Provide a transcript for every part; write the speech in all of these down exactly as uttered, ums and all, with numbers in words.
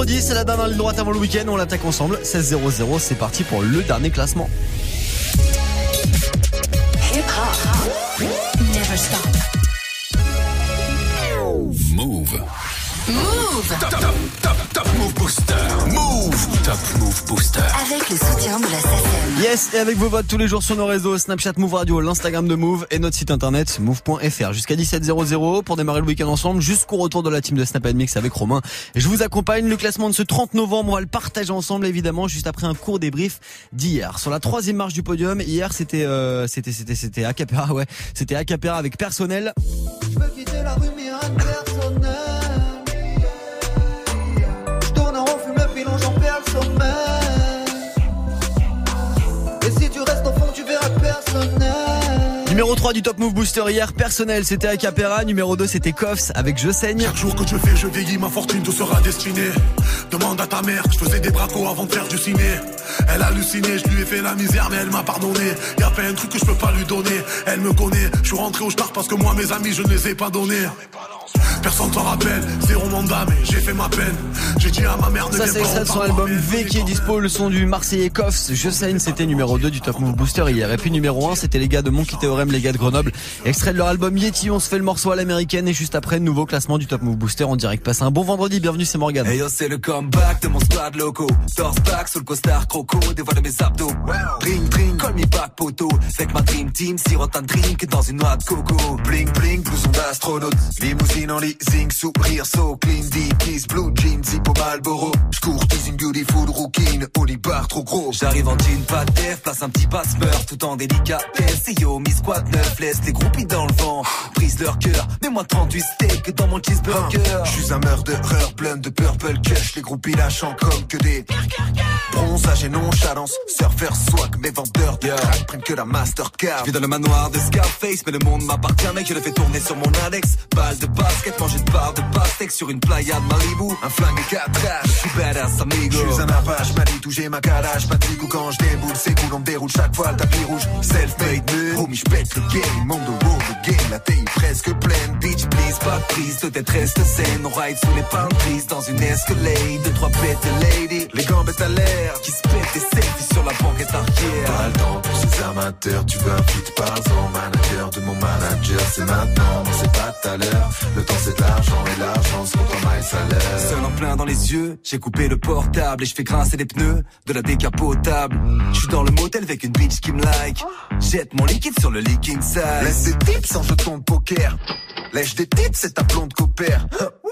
vendredi, c'est la dernière ligne droite avant le week-end. On l'attaque ensemble. seize zéro zéro, c'est parti pour le dernier classement. Hip hop, never stop. Move. Move. Top, top, top, top Move Booster. Move. Top Move Booster. Avec le soutien de la S A C E M. Yes, et avec vos votes tous les jours sur nos réseaux, Snapchat Move Radio, l'Instagram de Move et notre site internet move point f r. Jusqu'à dix-sept heures pour démarrer le week-end ensemble, jusqu'au retour de la team de Snap and Mix avec Romain. Et je vous accompagne, le classement de ce trente novembre, on va le partager ensemble évidemment, juste après un court débrief d'hier. Sur la troisième marche du podium, hier c'était euh, c'était c'était c'était Acapera, ouais, c'était Acapera avec Personnel. Je veux quitter la rue mais rien de personnel. Je tourne en rond, fume le pilon, j'en perds le sommeil. Et si tu restes au fond, tu verras personnel. Numéro trois du Top Move Booster hier, Personnel, c'était Acapera. Numéro deux, c'était Koffs avec Je saigne. Chaque jour que je fais, je vieillis, ma fortune te sera destinée. Demande à ta mère, je faisais des bracos avant de faire du ciné. Elle a halluciné, je lui ai fait la misère, mais elle m'a pardonné. Y'a pas un truc que je peux pas lui donner. Elle me connaît, je suis rentré au star parce que moi, mes amis, je ne les ai pas donnés. Personne s'en rappelle, zéro mandat, mais j'ai fait ma peine. J'ai dit à ma mère, ne Ça viens c'est pas, extrait on de son parle album pas, V qui est dispo, le son du Marseillais Koffs. Je saigne, c'était numéro deux du Top Move Booster hier. Et puis numéro un, c'était les gars de Monkey Theorem, les gars de Grenoble. Extrait de leur album Yeti, on se fait le morceau à l'américaine. Et juste après, nouveau classement du Top Move Booster en direct. Passe un bon vendredi, bienvenue, c'est Morgan. Hey yo, c'est le comeback de mon squad loco. Torse back sur le costard croco, dévoile mes abdos. Bling bling, call me back poteau. Avec ma dream team, sirote un drink dans une noix de coco. Bling bling, blouson d'astronaute. Limousine en leasing, sourire so clean. Deep kiss, blue jeans, hippo Malboro. J'courtise une beautiful rouquine, Olibar trop gros. J'arrive en jean, pas de def, place un petit passe-meur tout en délicatesse. Et yo, mi squad neuf, laisse les groupies dans le vent. Brise leur cœur, mets-moi trente-huit steaks dans mon cheeseburger. J'suis un murderer, plein de purple cush. Les groupies lâchant comme que des bronzage et nonchalance. Surfer swag, mes vendeurs de crack prennent que la Mastercard. J'vis dans le manoir de Scarface, mais le monde m'appartient, mec, je le fais tourner sur mon Alex. Balle de basket, manger une part de pastèque sur une playa de Malibu. Un flingue et quatre H, j'suis badass amigo. J'suis un apache, Mali, touché ma calage. Pas de coup quand j'déboule, c'est cool, on me déroule chaque fois le tapis rouge. Self-made man, homie, j'pète le game. Monde de road, le game, la taille presque pleine. Bitch, please, pas de prise, de tête reste saine. On ride sous les palm trees dans une Escalade. Deux, trois bêtes de lady, les gambettes à l'air. Qui se pètent des selfies sur la banquette arrière. Pas le temps pour ces amateurs, tu veux un feat, parle-en. Manager de mon manager, c'est maintenant, non c'est pas tout à l'heure. Le temps c'est de l'argent et l'argent se compte en maille salaire. Seul en plein dans les yeux, j'ai coupé le portable et je fais grincer les pneus de la décapotable. Je suis dans le motel avec une bitch qui me like. Jette mon liquide sur le leaking side. Laisse des tips en jeton de poker. Lèche des tips, c'est ta blonde copère.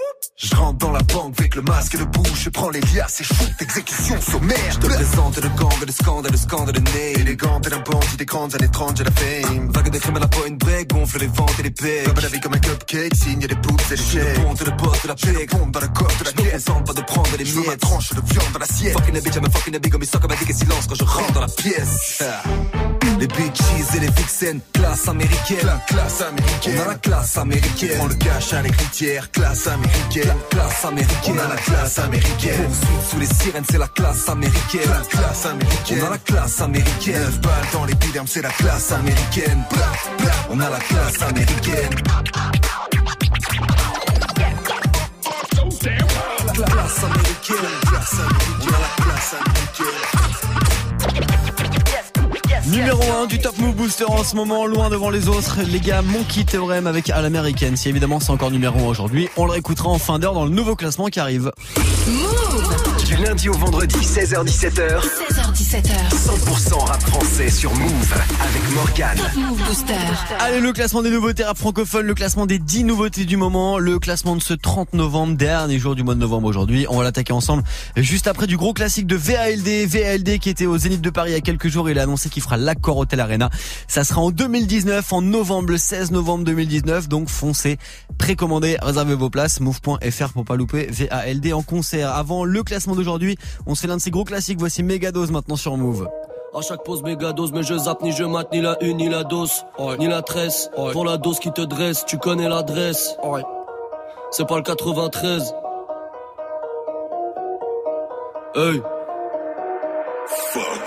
Je rentre dans la banque avec le masque et le bouche. Je prends les liasses et shoot, exécution sommaire. Je te présente le gang, le scandale, le scandale, le nez. Élégant, t'es un bandit des grandes années trente, j'ai la fame. Vague de crème à la point break, gonfle les ventes et les pecs. Comme la vie comme un cupcake, signe des poules et des chèques. Je ponte le boss de la J'ai le pec. pompe dans la coque de la Je me caisse. contente pas de prendre les Je veux ma miettes. tranche de viande dans l'assiette. Fucking a bitch, I'm a fucking a big, comme il sort comme un dick et silence quand je rentre dans la pièce. Les bitches et les vixens, classe américaine. La classe américaine. On a la classe américaine. Prends le cash à l'écritière, classe américaine. Classe américaine. On a la classe américaine. Poursuite sous les sirènes, c'est la classe américaine. La classe américaine. On a la classe américaine. Neuf balles dans l'épiderme, c'est la classe américaine. Bla, bla. On a la classe américaine. La classe américaine. Classe américaine. On a la classe américaine. Numéro un du Top Move Booster en ce moment, loin devant les autres, les gars Monkey Theorem avec à l'américaine. Si évidemment c'est encore numéro un aujourd'hui, on le réécoutera en fin d'heure dans le nouveau classement qui arrive. Move. Du lundi au vendredi, seize heures dix-sept heures. seize heures dix-sept heures. cent pour cent rap français sur Move avec Morgan. Top Move Booster. Allez, le classement des nouveautés rap francophones, le classement des dix nouveautés du moment, le classement de ce trente novembre, dernier jour du mois de novembre aujourd'hui. On va l'attaquer ensemble juste après du gros classique de V A L D. V A L D qui était au Zénith de Paris il y a quelques jours, il a annoncé qu'il fera l'accord Hotel Arena. Ça sera en deux mille dix-neuf, en novembre, le seize novembre deux mille dix-neuf. Donc foncez, précommandez, réservez vos places, move point f r pour pas louper V A L D en concert. Avant le classement d'aujourd'hui, on se fait l'un de ces gros classiques. Voici Megadose maintenant sur Move. À chaque pause méga dose, mais je zappe ni je mate ni la une ni la dose, ouais. Ni la tresse, ouais. Pour la dose qui te dresse, tu connais l'adresse, ouais. C'est pas le quatre-vingt-treize. Hey. Fuck.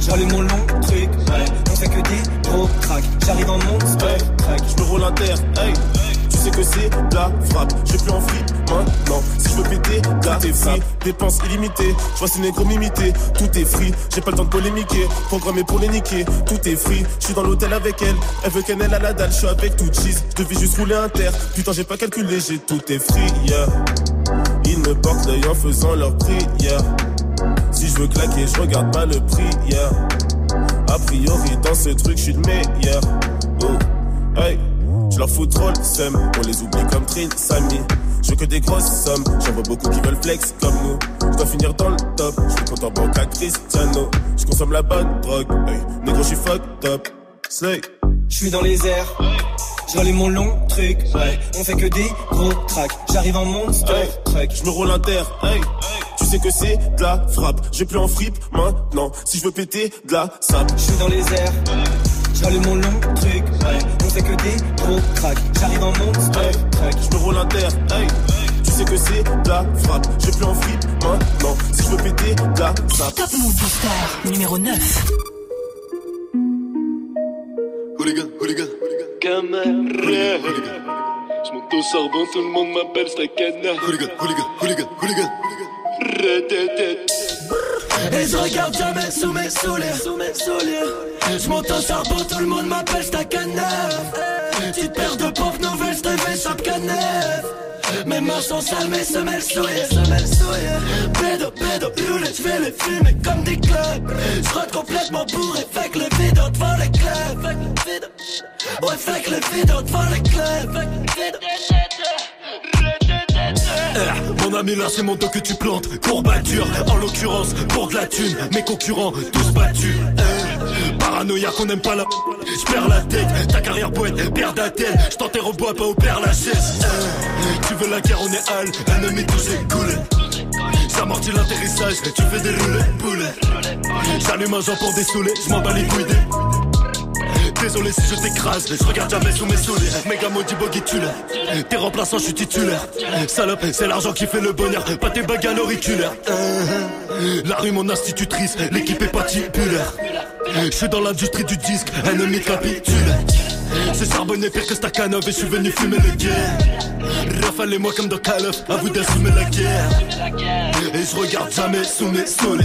J'allume mon long truc, ouais. On fait que des gros cracks. J'arrive en monster hey, track. Je me roule un terre, hey. Tu sais que c'est de la frappe. J'ai plus en free maintenant. Si je veux péter, là t'es free. Dépenses illimitées. Je vois ces négros m'imiter. Tout est free. J'ai pas le temps de polémiquer. Programmé pour les niquer. Tout est free. Je suis dans l'hôtel avec elle. Elle veut qu'elle ait la dalle. Je suis avec tout cheese. Je devais juste rouler un terre. Putain, j'ai pas calculé. J'ai tout est free, yeah. Ils me portent l'œil en faisant leur prière. Si je veux claquer, je regarde pas le prix, yeah. A priori, dans ce truc, je suis le meilleur. Oh, hey. Je leur fous trop le seum, on les oublie comme Trin, Samy. Je veux que des grosses sommes, j'en vois beaucoup qui veulent flex comme nous. Je dois finir dans le top, je suis compte en banque à Cristiano. Je consomme la bonne drogue, hey. Négro, je suis fucked up. Slay. Je suis dans les airs, j'allume mon long truc, ouais. On fait que des gros tracks. J'arrive en monster hey. Track. Je me roule un terre, hey. Tu sais que c'est de la frappe. J'ai plus en fripe maintenant. Si je veux péter de la sable. Je suis dans les airs, j'allume mon long truc, ouais. On fait que des gros cracks. J'arrive en monster hey. Track. Je me roule un terre, hey. Tu sais que c'est de la frappe. J'ai plus en fripe maintenant. Si je veux péter de la sable. Top Move Booster numéro neuf. Hooligan, hooligan, camarade. Je monte au sorbon, tout le monde m'appelle Stakana. Hooligan, hooligan, hooligan, hooligan. Et je regarde jamais sous mes souliers, sous mes souliers. Je monte au sorbon, tout le monde m'appelle Stakana. Petite paire de pompes nouvelles, je te fais chaque canef. Mes mains sont sales, mes semelles souillées, semelles souillées. Pédo, pédo, roulette, je vais les fumer comme des clubs. Je rentre complètement bourré, fait que le vide devant les clubs. Fait que le vide, ouais, fait que le vide devant les clubs. Fait que le vide. Eh, mon ami là c'est mon dos que tu plantes. Courbature, en l'occurrence pour de la thune. Mes concurrents tous battus. Eh, paranoïaque on n'aime pas la. J'perds la tête, ta carrière poète, perd la tête. J't'enterre au bois, pas au père Lachaise. Eh, tu veux la guerre, on est hal, ennemi touché, coulé. J'amortis l'atterrissage, tu fais des roulets, poulet. J'allume un jambon dessoulé, j'm'en bats les couilles des. Désolé si je t'écrase, je regarde jamais sous mes souliers. Méga maudit bogey tu l'as. T'es remplaçant, je suis titulaire. Salope, c'est l'argent qui fait le bonheur, pas tes bagues à l'auriculaire. La rue mon institutrice, l'équipe est pas titulaire. Je suis dans l'industrie du disque, ennemi capitule. C'est charbonné pire que Stakhanov et je suis venu fumer le guerre. Rafale moi comme dans Call of, à vous d'assumer la guerre. Et je regarde jamais sous mes souliers.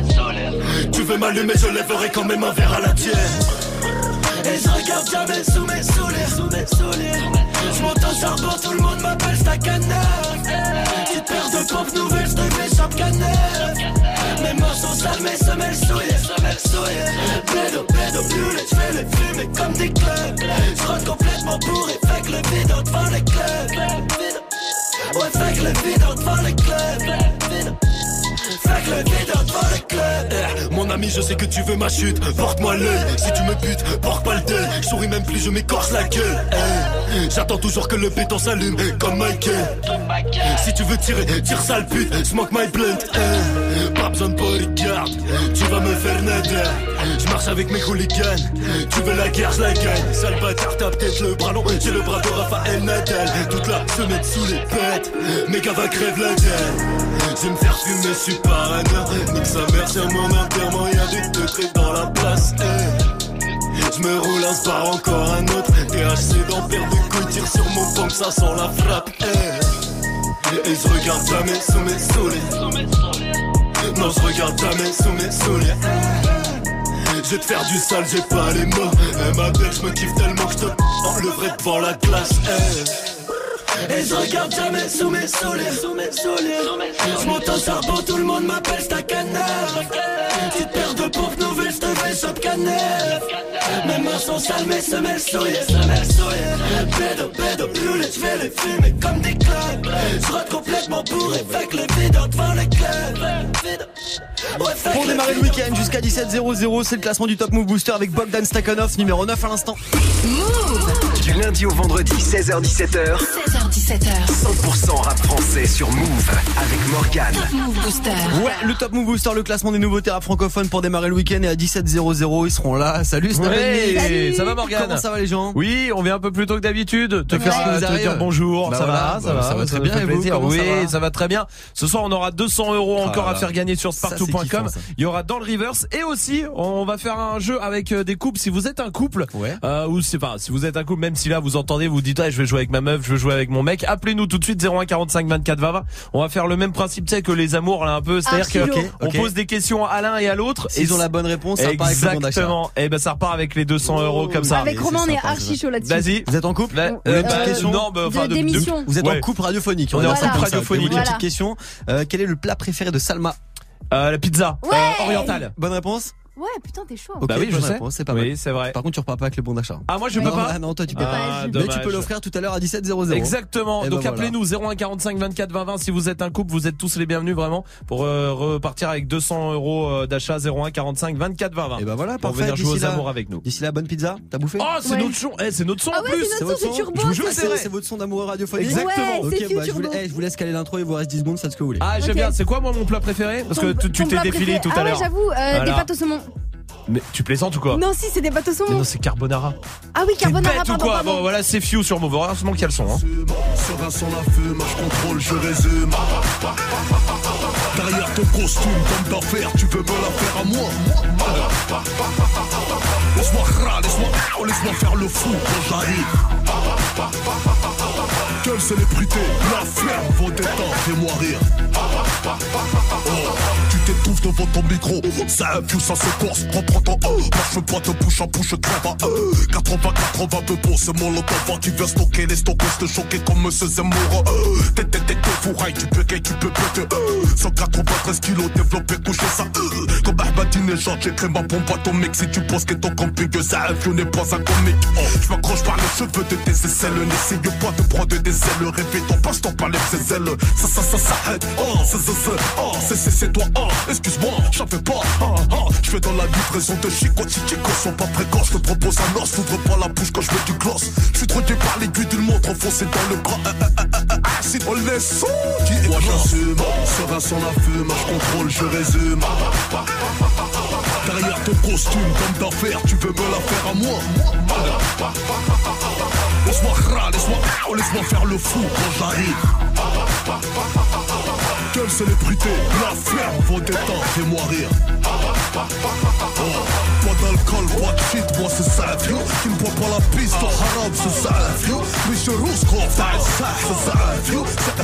Tu veux m'allumer, je lèverai quand même un verre à la tienne. Et je regarde jamais sous mes souliers, sous mes souliers. Je monte au charbon, tout le monde m'appelle Stakana. Petite paire de pompes nouvelles, je te fais chaque canef. Mes mains sont sales, mes semelles souillées, semelles souillées. Pédo, pédo, roulette, je fais les fumer comme des clubs. Je rentre complètement bourré, fait que le vide devant les clubs. Ouais, fait que le vide devant les clubs. Fait que le vide devant les clubs. Eh, mon ami, je sais que tu veux ma chute. Porte-moi l'œil, si tu me butes, porte pas le deuil. Je souris même plus, je m'écorche la gueule. Eh, j'attends toujours que le béton s'allume, comme Michael. Si tu veux tirer, tire sale pute, smoke my blunt. Eh, pas besoin de bodyguard, tu vas me faire nader. Je marche avec mes hooligans, tu veux la guerre, je la gagne. Sale bâtard, t'as peut-être le bras long, j'ai le bras de Raphaël Nadal. Toute la semaine sous les pètes, mes gars va crève la gueule. Je vais me faire fumer, je suis parano. Nique sa mère, c'est mon enterrement, y'a du degré dans la place. Eh. Je me roule un spar, encore un autre. T H C dans paire de couilles, tire sur mon pompe, ça sent la frappe. Eh. Et je regarde jamais sous mes souliers. Non, je regarde jamais sous mes souliers. Je vais te faire du sale, j'ai pas les mots. Elle m'appelle, je me kiffe tellement que je te enlèverai devant la glace. Eh. Et je regarde jamais sous mes souliers, sous mes souliers. Je monte au charbon, tout le monde m'appelle Stakana. Petite paire de pompes nouvelles, je te fais chaque canef. Mes mains sont sales, mes semelles souillées, semelles souillées. Pédo, pédo, roulette, je vais les fumer comme des clubs. Je rentre complètement bourré, fait que le vide devant les clubs. Ouais, pour démarrer le week-end jusqu'à dix-sept zéro zéro, c'est le classement du Top Move Booster avec Bogdan Stakhanov, numéro neuf à l'instant. Move. Du lundi au vendredi, seize heures dix-sept heures. seize heures dix-sept heures. cent pour cent rap français sur Move avec Morgane. Top Move Booster. Ouais, le Top Move Booster, le classement des nouveautés rap francophones pour démarrer le week-end, et à dix-sept zéro zéro, ils seront là. Salut, Snap ouais, Salut. Ça va Morgane? Comment ça va les gens? Oui, on vient un peu plus tôt que d'habitude. Te ouais, faire euh, te dire bonjour. Bah ça, voilà, va, ça bah va, ça va très ça bien. fait Et vous, plaisir. comment oui, ça va, ça va très bien. Ce soir, on aura deux cents euros encore ah, à faire gagner sur ce partout point com. Il y aura dans le reverse et aussi on va faire un jeu avec des couples. Si vous êtes un couple, ouais. euh, ou c'est pas, si vous êtes un couple, même si là vous entendez, vous dites ah, je vais jouer avec ma meuf, je veux jouer avec mon mec, appelez-nous tout de suite zéro un quarante-cinq vingt-quatre vingt vingt. On va faire le même principe, tu sais, que les amours là un peu, c'est-à-dire ah, que okay, on okay. pose des questions à l'un et à l'autre. S'ils ils ont la bonne réponse, ça repart avec le bon d'achat. Exactement. Et ben ça repart avec les deux cents euros comme ça. Avec Romain, on est archi chaud là-dessus. Vas-y. Vous êtes en couple? Bah, euh, bah, question non, bah, enfin, de, de, de, Vous êtes ouais. en couple radiophonique. On est en couple voilà. radiophonique. Voilà. Petite question. Euh, quel est le plat préféré de Salma? Euh, la pizza. Ouais. Euh, orientale. Bonne réponse? Ouais, putain, t'es chaud. Okay, bah oui, je sais. Réponse, c'est pas mal. Oui, c'est vrai. Par contre, tu repars pas avec le bon d'achat. Ah, moi, je ouais. peux non, pas. Ah, non, toi, tu peux ah, pas. dommage. Mais tu peux l'offrir tout à l'heure à dix-sept zéro zéro. Exactement. Et donc, ben appelez-nous zéro un quarante-cinq vingt-quatre vingt vingt si vous êtes un couple. Vous êtes tous les bienvenus, vraiment, pour euh, repartir avec deux cents euros d'achat. Zéro un quarante-cinq vingt-quatre vingt vingt. Et ben voilà, pour parfait. venir jouer aux là, amours avec nous. D'ici la bonne pizza, t'as bouffé? Oh, c'est ouais. notre son. Eh, c'est notre son ah en ouais, plus. C'est notre son, c'est turbo. Je vous jure, c'est vrai. C'est votre son d'amoureux radiophonique. Exactement. Ouais, ok, bah, je, vous, eh, je vous laisse caler l'intro. Il vous reste dix secondes, faites ce que vous voulez. Ah, j'aime okay. bien. C'est quoi, moi, mon plat préféré? Parce que tu t'es défilé tout à l'heure. Ah ouais, j'avoue, euh, voilà. des pâtes au saumon. Mais tu plaisantes ou quoi? Non, si, c'est des pâtes au saumon. Mais non, c'est carbonara. Ah oui, carbonara. T'es bête pardon, ou quoi? pardon. Bon, voilà, c'est Fiu sur Move. Heureusement qu'il y a le son. Hein. Serein sans la fume, je contrôle, je résume. Derrière ton costume, comme d'affaires, tu veux me la faire à moi. Laisse-moi râler, laisse-moi, oh, laisse-moi faire le fou quand j'arrive. Quelle célébrité, la ferme, vos détentes, fais-moi rire. Oh, tu t'étouffes devant ton micro, ça infuse, ça s'écorce, prends, prends ton oh. Moi je veux pas te bouche à bouche, crève à euh. quatre-vingts quatre-vingts peu beau, c'est mon lotov qui vient stocker les stockers, te choquer comme Monsieur Zemmour. euh. T'es t'es t'es t'es fourraille, tu peux gay, tu peux péter euh. cent quatre-vingt-treize kilos développé, couché ça euh. Comme Ahmadinejad, j'écris ma bombe atomique. Si tu penses que ton camping, ça infuse, n'est pas un comique. oh. Je m'accroche par les cheveux de tes aisselles, n'essaye pas de prendre des ailes. Rêver ton passe-temps par les ailes. Ça ça ça s'arrête, oh, ça ça ça, oh, c'est c'est c'est toi, oh, excuse-moi, j'en fais pas, oh, oh. Je fais dans la livraison de Chico, si Chico sont pas précoce, je te propose un os, t'ouvres pas la bouche quand je mets du gloss. Je suis drogué par l'aiguille d'une montre enfoncée dans le bras, euh, euh, euh, euh, acide, on les sons qui est moi j'assume, serein sans la fume, je contrôle, je résume. Derrière ton costume, comme d'affaires, tu veux me la faire à moi. Laisse-moi râler, laisse-moi, oh, laisse-moi faire le fou quand j'arrive. Quelle célébrité, la ferme, vos détentes, fais-moi rire. Oh, pas d'alcool, pas de shit, moi c'est ça, vieux. Qui ne boit pas la piste, au haram, c'est ça, vieux. Monsieur Rouskov, c'est ça, c'est ça, vieux.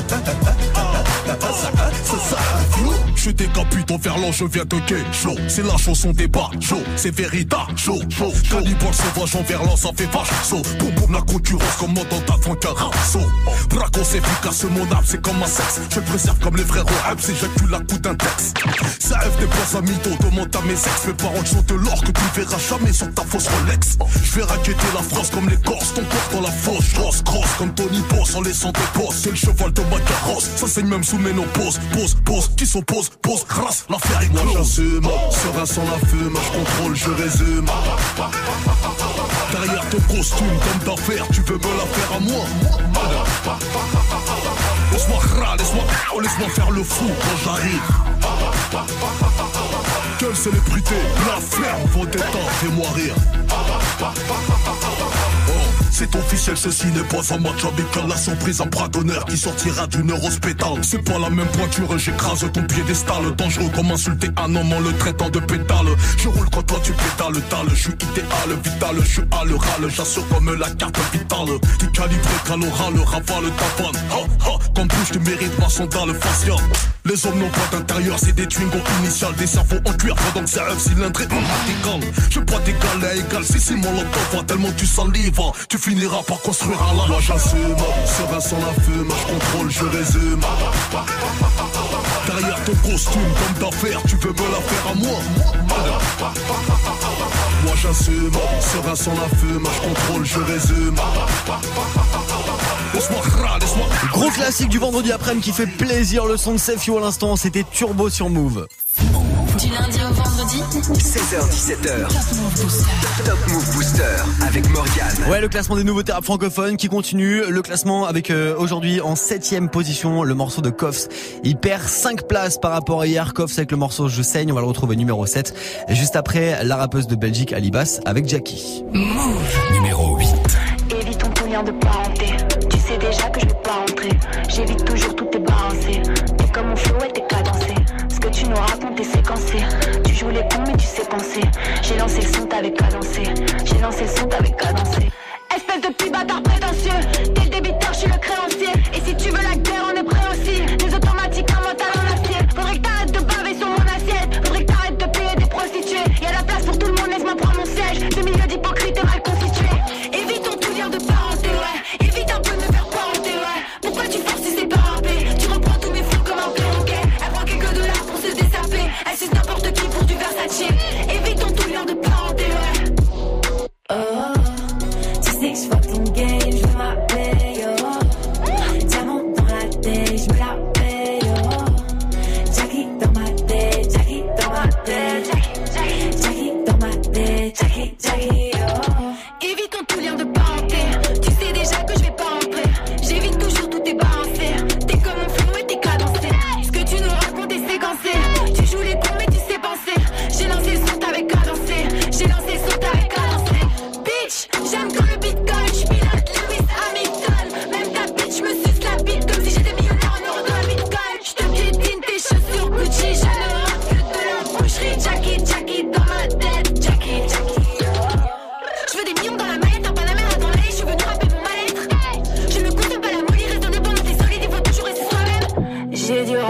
C'est ça, vieux. Je décapite en verlan, je viens de gay chaud. C'est la chanson des bas chaud, c'est véritable chaud, chaud. Calibre sauvage en verlan, ça fait vache saut. Boum boum, la concurrence commande dans ta carasso. Braco, c'est efficace, mon âme, c'est comme un sexe. Je le préserve comme les frères Wahab, si j'accule la coup d'un texte. Ça F des points à mytho, demande à mes ex. Mes paroles sont de l'or que tu verras jamais sur ta fausse Rolex. Je vais raqueter la France comme les Corses, ton corps dans la fosse. Grosse, grosse, comme Tony Boss en laissant des bosses. C'est le cheval de ma carrosse, ça saigne même sous ménopause. Pose, pose, qui s'oppose, pose, grâce, l'affaire est close. Moi j'assume, serein sans la fume, je contrôle, je résume. Derrière ton costume, comme d'affaires, tu veux me la faire à moi. Laisse-moi râler, laisse-moi, oh, laisse-moi faire le fou quand j'arrive. Quelle célébrité, la ferme, vos détentes, fais-moi rire. Oh, c'est officiel, ceci n'est pas un match amical. La surprise en bras d'honneur qui sortira d'une eurospétale. C'est pas la même pointure, j'écrase ton piédestal. Dangereux comme insulter un homme en le traitant de pétale. Je roule quand toi tu pétales, tale. Je suis idéal, vital, je suis à l'oral. J'assure comme la carte vitale. T'es calibré qu'à l'oral, ravale ta vanne. Ha ha, comme bouge tu mérites ma sandale faciale. Les hommes n'ont pas d'intérieur, c'est des twingos initiales. Des cerveaux en cuir pendant que c'est un cylindré en radical. Je pas d'égal à égal, si c'est mon loto, tellement tu salives. Tu finiras par construire un lave. Moi j'assume, serein sans la fume, je contrôle, je résume. Derrière ton costume, comme d'affaires, tu veux me la faire à moi. Moi j'assume, serein sans la fume, je contrôle, je résume. Laisse-moi râler, laisse-moi. Gros classique du vendredi après-midi qui fait plaisir, le son de Sefio à l'instant, c'était Turbo sur Move. Du lundi au vendredi, seize heures dix-sept heures. Top Move Booster avec Morgane. Ouais, le classement des nouveautés rap francophones qui continue. Le classement avec euh, aujourd'hui en septième position le morceau de Koffs. Il perd cinq places par rapport à hier. Koffs avec le morceau Je saigne, on va le retrouver numéro sept. Et juste après, la rappeuse de Belgique Alibas avec Jackie. Move numéro huit. Évite ton lien de parenté. Tu sais déjà que je peux pas rentrer. J'évite toujours toutes tes balancées. T'es comme mon flow et t'es cadencé. Ce que tu nous racontes, c'est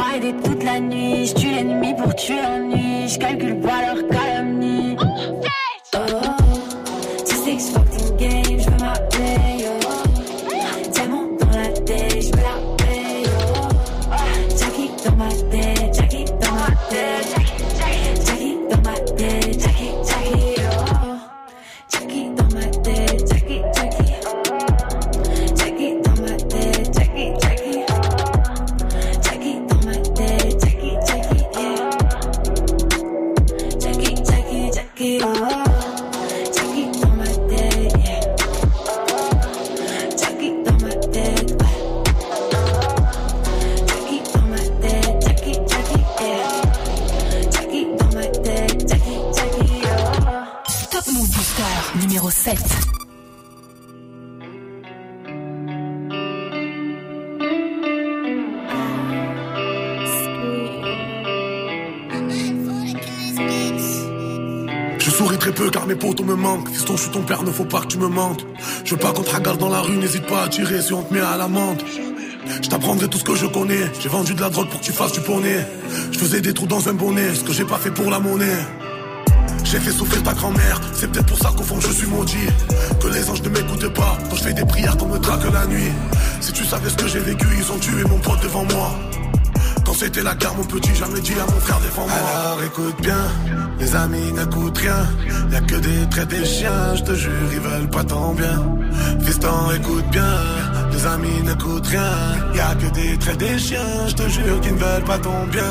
pas aider toute la nuit. J'tue l'ennemi pour tuer l'ennui. J'calcule pas leur calomnie. Oh, c'est six fucking game, j'veux ma paye. Oh, diamant dans la tête, j'veux la paye. Oh, Jackie dans ma tête, Jackie dans ma tête. Jackie dans ma tête, Jackie, Jackie. Oh, Jackie dans ma tête, Jackie, Jackie. Jackie dans ma tête, Jackie, Jackie. Jackie dans ma tête, Jackie, Jackie, yeah. Jackie, Jackie, Jackie, oh. Jackie dans ma tête, yeah. Jackie dans ma tête, ouais. Jackie dans ma tête, Jackie, Jackie, yeah. Jackie dans ma tête, Jackie, Jackie, oh. Top Move Booster numéro sept. Je souris très peu car mes potos me manquent. Fiston, je suis ton père, ne faut pas que tu me manques. Je veux pas qu'on te regarde dans la rue, n'hésite pas à tirer si on te met à l'amende. Je t'apprendrai tout ce que je connais. J'ai vendu de la drogue pour que tu fasses du poney. Je faisais des trous dans un bonnet, ce que j'ai pas fait pour la monnaie. J'ai fait souffrir ta grand-mère, c'est peut-être pour ça qu'au fond je suis maudit. Que les anges ne m'écoutent pas, quand je fais des prières qu'on me traque la nuit. Si tu savais ce que j'ai vécu, ils ont tué mon pote devant moi. Quand c'était la guerre, mon petit, jamais dit à mon frère défends-moi. Alors écoute bien, les amis n'écoutent rien. Y'a que des traits des chiens, je te jure, ils veulent pas ton bien. Fiston, écoute bien, les amis n'écoutent rien. Y'a que des traits des chiens, je te jure, qu'ils ne veulent pas ton bien.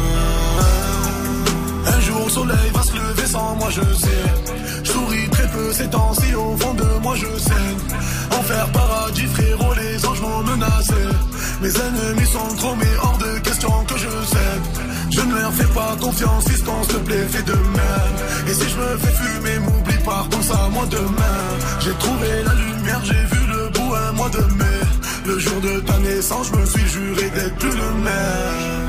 Un jour le soleil va se lever sans moi je sais. Je souris très peu ces temps-ci, au fond de moi je saigne. Enfer, paradis, frérot, les anges m'ont menacé. Mes ennemis sont trop, mais hors de question que je cède. Je ne leur fais pas confiance, fiston, s'il te plaît, fais de même. Et si je me fais fumer, m'oublie pas, pense à moi demain. J'ai trouvé la lumière, j'ai vu le bout un mois de mai. Le jour de ta naissance, je me suis juré d'être plus le même.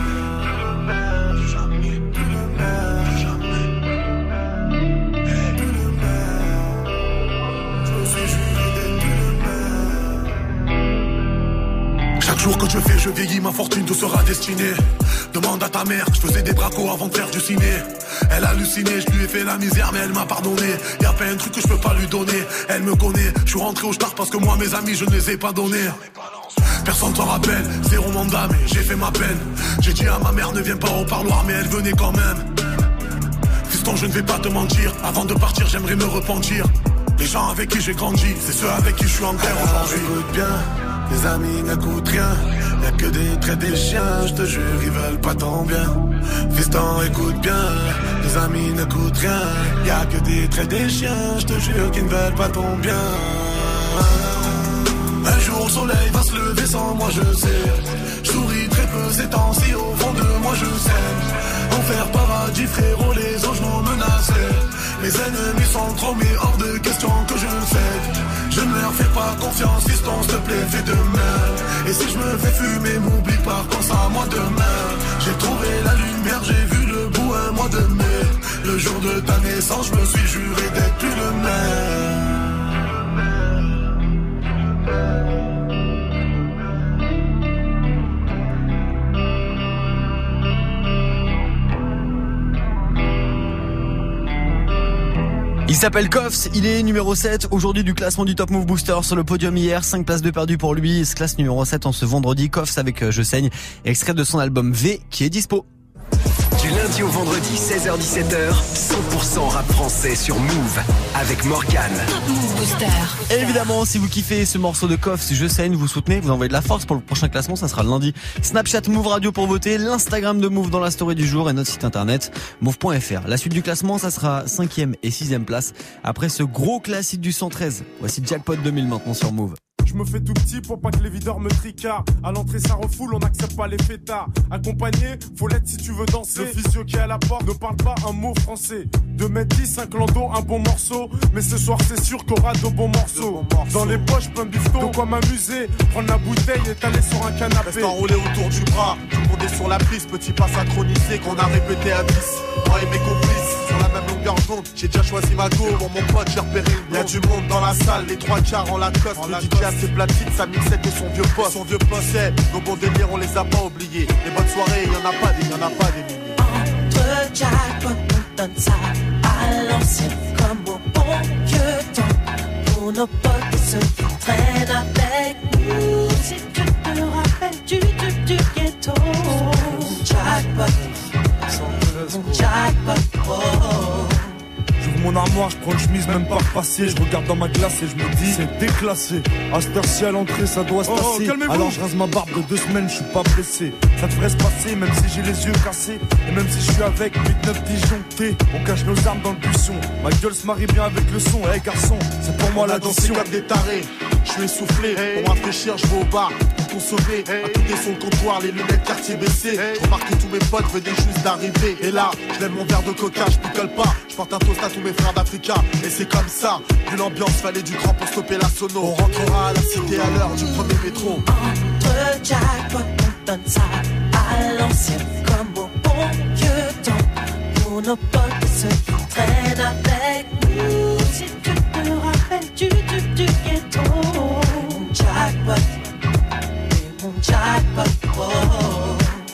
Chaque jour que je fais, je vieillis, ma fortune te sera destinée. Demande à ta mère que je faisais des bracos avant de faire du ciné. Elle a halluciné, je lui ai fait la misère, mais elle m'a pardonné. Y'a pas un truc que je peux pas lui donner. Elle me connaît, je suis rentré au star parce que moi, mes amis, je ne les ai pas donnés. Personne s'en rappelle, zéro mandat, mais j'ai fait ma peine. J'ai dit à ma mère, ne viens pas au parloir, mais elle venait quand même. Fiston, je ne vais pas te mentir, avant de partir, j'aimerais me repentir. Les gens avec qui j'ai grandi, c'est ceux avec qui je suis en guerre aujourd'hui. Écoute bien, les amis n'écoutent rien. Y'a que des traits des chiens, je te jure, ils veulent pas ton bien. Fiston, écoute bien, les amis n'écoutent rien. Y'a que des traits des chiens, je te jure, qu'ils ne veulent pas ton bien. Un jour le soleil va se lever sans moi je sais. Je souris très peu ces temps-ci, au fond de moi je saigne. Enfer, paradis, frérot, les anges m'ont menacé. Mes ennemis sont trop, mais hors de question que je cède. Je ne leur fais pas confiance, fiston, s'il te plaît, fais de même. Et si je me fais fumer, m'oublie pas, pense à moi demain. J'ai trouvé la lumière, j'ai vu le bout un mois de mai. Le jour de ta naissance, je me suis juré d'être plus le même. Il s'appelle Koffs, il est numéro sept aujourd'hui du classement du Top Move Booster sur le podium hier, cinq places de perdu pour lui, il se classe numéro sept en ce vendredi. Koffs avec Je saigne, extrait de son album V qui est dispo. Du lundi au vendredi, seize heures dix-sept heures, cent pour cent rap français sur Move avec Morgane. Top Move Booster. Et évidemment, si vous kiffez ce morceau de Koffs, Je saigne, vous soutenez, vous envoyez de la force pour le prochain classement, ça sera lundi. Snapchat Move Radio pour voter, l'Instagram de Move dans la story du jour et notre site internet move point f r. La suite du classement, ça sera cinquième et sixième place après ce gros classique du cent treize. Voici Jackpot deux mille maintenant sur Move. Je me fais tout petit pour pas que les videurs me tricardent. À l'entrée ça refoule, on n'accepte pas les fêtards. Accompagné, faut l'être si tu veux danser. Le physio qui est à la porte ne parle pas un mot français. deux mètres dix, un clando, un bon morceau. Mais ce soir c'est sûr qu'on aura de bons morceaux. Dans les poches, plein de bifton, de quoi m'amuser. Prendre la bouteille et t'aller sur un canapé. Reste enroulé autour du bras, tout le monde est sur la piste, petit pas synchronisé qu'on a répété à dix. Moi et mes complices, sur la même longueur d'onde, j'ai déjà choisi ma go. Pour mon pote, j'ai repéré une Y'a du monde dans la salle, les trois quarts en Lacoste. Le D J a ses platines, sa mixette et son vieux poste. Son vieux poste, c'est nos bons délires, on les a pas oubliés. Les bonnes soirées, y'en a pas des, y'en a pas des milliers. Entre jackpot, on donne ça à l'ancienne comme au bon vieux temps. Pour nos potes et ceux qui traînent avec nous. Si tu te rappelles du, du, du ghetto. Mon jackpot, mon jackpot, oh. J'ouvre mon armoire, je prends une chemise, même pas repassée. Je regarde dans ma glace et je me dis c'est déclassé. À cette heure-ci à l'entrée ça doit se passer. Oh, alors je rase ma barbe de deux semaines, je suis pas blessé. Ça devrait se passer même si j'ai les yeux cassés. Et même si je suis avec huit neuf disjonctés. On cache nos armes dans le buisson. Ma gueule se marie bien avec le son. Eh hey, garçon, c'est pour moi on l'addition. Comme des tarés, je suis essoufflé. Hey. Pour rafraîchir, je vais au bar pour consommer. Hey. À côté sur le comptoir, les lunettes quartier baissées. Hey. Je remarque que tous mes potes venaient juste d'arriver. Et là, je lève mon verre de coca, je picole pas. Je porte un toast à tous mes frères d'Africa. Et c'est comme ça, vu l'ambiance, fallait du cran pour stopper la sono. On rentrera à la cité à l'heure du premier métro. Entre jackpot, on donne ça à l'ancienne comme au bon vieux temps. Pour nos potes et ceux qui traînent avec nous. Si tu te rappelles du, du, du ghetto. Mon jackpot, et mon jackpot, oh.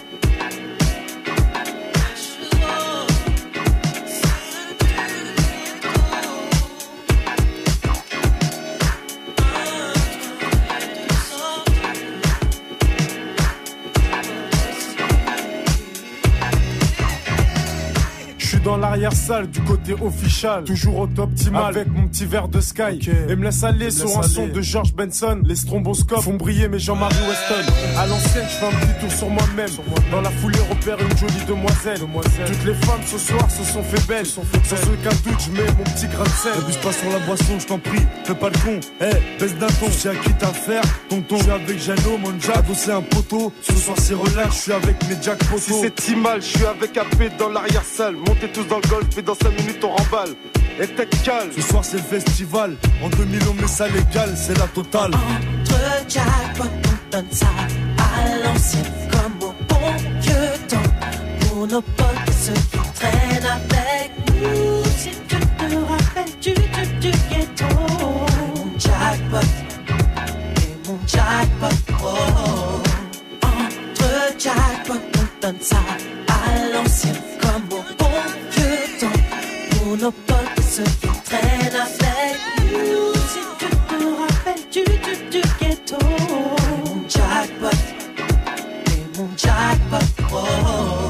Dans l'arrière-salle du côté official, toujours au top optimal avec mon petit verre de Sky, okay. Et me laisse aller me sur laisse un aller. Son de George Benson. Les stromboscopes font briller mes Jean-Marie Weston. À l'ancienne, je fais un petit tour sur moi-même. Sur moi dans la foulée, repère une jolie demoiselle. demoiselle. Toutes les femmes ce soir se sont fait belles. Sont fait Sans belles. Aucun doute, je mets mon petit grain de sel. N'abuse pas sur la boisson, je t'en prie. Fais pas le con, eh, hey, baisse d'un ton. J'ai acquis ta faire, tonton. Je suis avec Jano, mon jack. Adossé un poteau. Ce soir, c'est relax, je suis avec mes jack poteaux. Si c'est si mal, je suis avec A P dans l'arrière-salle. Montez tous dans le golf et dans cinq minutes on remballe. Et tête calme. Ce soir c'est le festival. En deux mille on met ça légal, c'est la totale. Entre jackpot, on donne ça à l'ancienne comme au bon vieux temps. Pour nos potes et ceux qui traînent avec nous. Si tu te rappelles du, du, du ghetto. Mon jackpot, et mon jackpot, oh. Entre jackpot, on donne ça à l'ancienne comme au bon vieux temps. Pour nos potes et ceux qui traînent avec nous. Si tu te rappelles du, du, du ghetto. Mon jackpot, et mon jackpot, oh.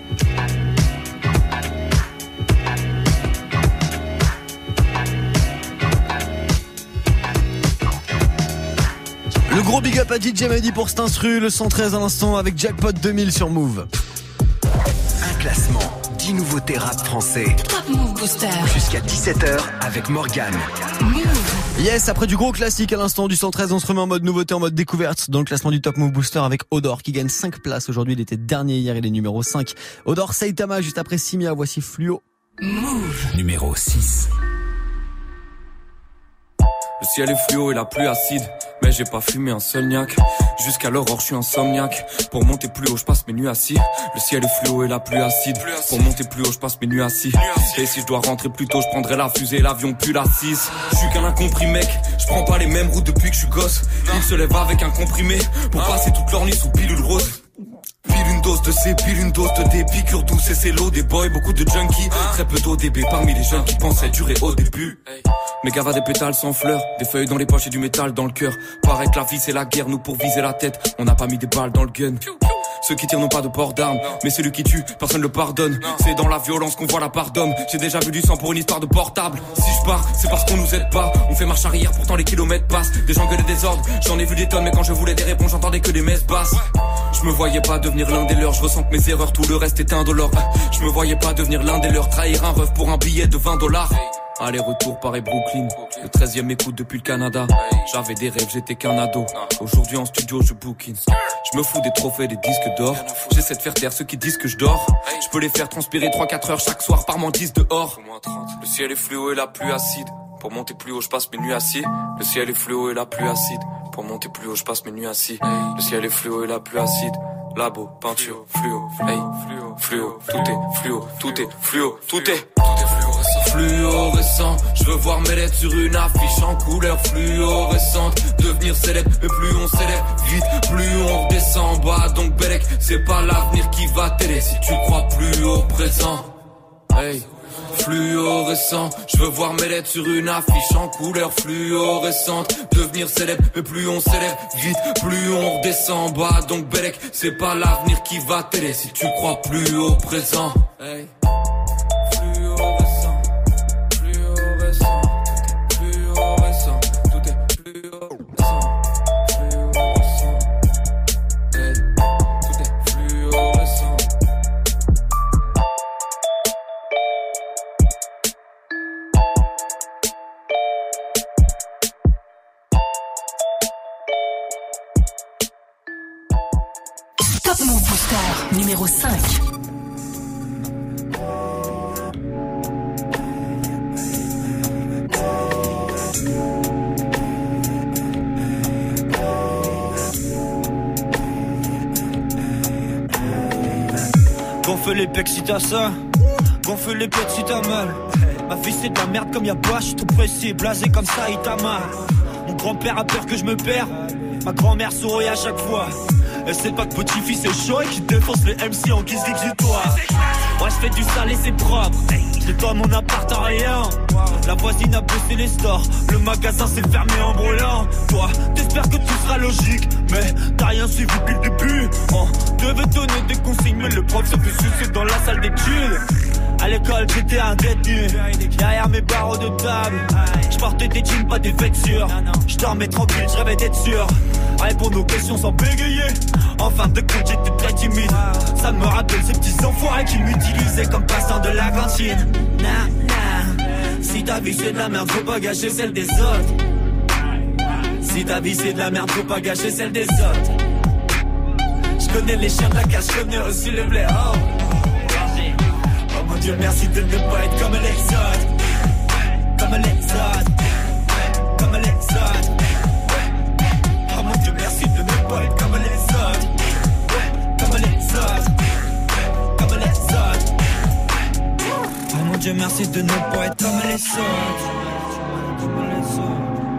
Le gros big up à D J Mehdi pour cet instru, le cent treize à l'instant avec Jackpot deux mille sur Move. Un classement, dix nouveautés rap français. Top Move Booster. Jusqu'à dix-sept heures avec Morgane. Move. Yes, après du gros classique à l'instant du cent treize, on se remet en mode nouveauté, en mode découverte dans le classement du Top Move Booster avec Odor qui gagne cinq places. Aujourd'hui, il était dernier hier, il est numéro cinq. Odor Saitama juste après Simia, voici Fluo. Move. Numéro six. Le ciel est fluo et la pluie acide, mais j'ai pas fumé un seul niaque. Jusqu'à l'aurore je suis insomniaque. Pour monter plus haut je passe mes nuits assis. Le ciel est fluo et la pluie acide. Pour monter plus haut je passe mes nuits assis. Et si je dois rentrer plus tôt je prendrai la fusée, l'avion puis la six. Je suis qu'un incompris mec, je prends pas les mêmes routes depuis que je suis gosse. Ils se lèvent avec un comprimé pour passer toute leur nuit sous pilule rose. Pile une dose de C, pile une dose de D, piqûre douce et c'est l'eau des boys, beaucoup de junkies, très peu d'O D B parmi les jeunes qui pensaient durer au début. Mes gavas des pétales sans fleurs, des feuilles dans les poches et du métal dans le cœur. Paraît que la vie c'est la guerre, nous pour viser la tête, on n'a pas mis des balles dans le gun. Ceux qui tirent n'ont pas de port d'armes, mais celui qui tue, personne le pardonne. C'est dans la violence qu'on voit la part d'homme. J'ai déjà vu du sang pour une histoire de portable. Si je pars, c'est parce qu'on nous aide pas. On fait marche arrière, pourtant les kilomètres passent. Des gens gueulent des ordres, j'en ai vu des tonnes, mais quand je voulais des réponses, j'entendais que des messes basses. Je me voyais pas devenir l'un des leurs, je ressens que mes erreurs, tout le reste est indolore. Je me voyais pas devenir l'un des leurs, trahir un rêve pour un billet de vingt dollars. Aller-retour Paris-Brooklyn, le treizième écoute depuis le Canada. J'avais des rêves, j'étais qu'un ado. Aujourd'hui en studio je bookine. Je me fous des trophées, des disques d'or. J'essaie de faire taire ceux qui disent que je dors. Je peux les faire transpirer trois quatre heures chaque soir par moins dix dehors. Le ciel est fluo et la pluie acide. Pour monter plus haut je passe mes nuits assis. Le ciel est fluo et la pluie acide. Pour monter plus haut je passe mes nuits assis. Le ciel est fluo et la pluie acide. labo, peinture, fluo, hey, fluo, fluo, tout est fluo, tout est fluo, tout est, tout est fluorescent, fluorescent. Je veux voir mes lettres sur une affiche en couleur fluorescente. Devenir célèbre, mais plus on s'élève vite, plus on redescend en bas. Donc Bellec, c'est pas l'avenir qui va t'aider si tu crois plus au présent. Hey. Fluorescent, je veux voir mes lettres sur une affiche en couleur fluorescente. Devenir célèbre, mais plus on s'élève vite, plus on redescend en bas. Donc Bellec, c'est pas l'avenir qui va t'aider si tu crois plus au présent. Hey. Fluorescent, fluorescent, tout est fluorescent, tout est fluorescent, fluorescent, hey. Tout est fluorescent. Top Move Booster numéro cinq. Gonfle les pecs si t'as ça, gonfle les pecs si t'as mal. Ma vie c'est de la merde comme y'a pas, j'suis trop pressé, blasé comme ça il t'a mal. Mon grand-père a peur que je me perds, ma grand-mère sourit à chaque fois. Elle sait pas que petit-fils est chaud et qu'il défonce les M C en guise d'exutoire. Moi je fais du sale et c'est propre, c'est toi mon appart en rien. La voisine a baissé les stores, le magasin s'est fermé en brûlant. Toi, t'espères que tout sera logique, mais t'as rien suivi depuis le début. On devait donner des consignes, mais le prof se fait sucer dans la salle d'études. À l'école j'étais un détenu, derrière mes barreaux de table. J'portais des jeans, pas des vêtures. J'dormais tranquille, j'rêvais d'être sûr. Répondre aux questions sans bégayer. En fin de compte j'étais très timide. Ça me rappelle ces petits enfoirés qui m'utilisaient comme passant de la cantine. Nah, nah. Si ta vie c'est de la merde, faut pas gâcher celle des autres. Si ta vie c'est de la merde, faut pas gâcher celle des autres. J'connais les chiens de la cache, j'connais aussi le blé. Oh. Oh mon Dieu, merci de ne pas être comme les autres. Comme les autres. Comme les autres. Oh mon Dieu, merci de ne pas être comme les autres. Comme les autres. Comme les autres. Oh mon Dieu, merci de ne pas être comme les autres. Comme les autres.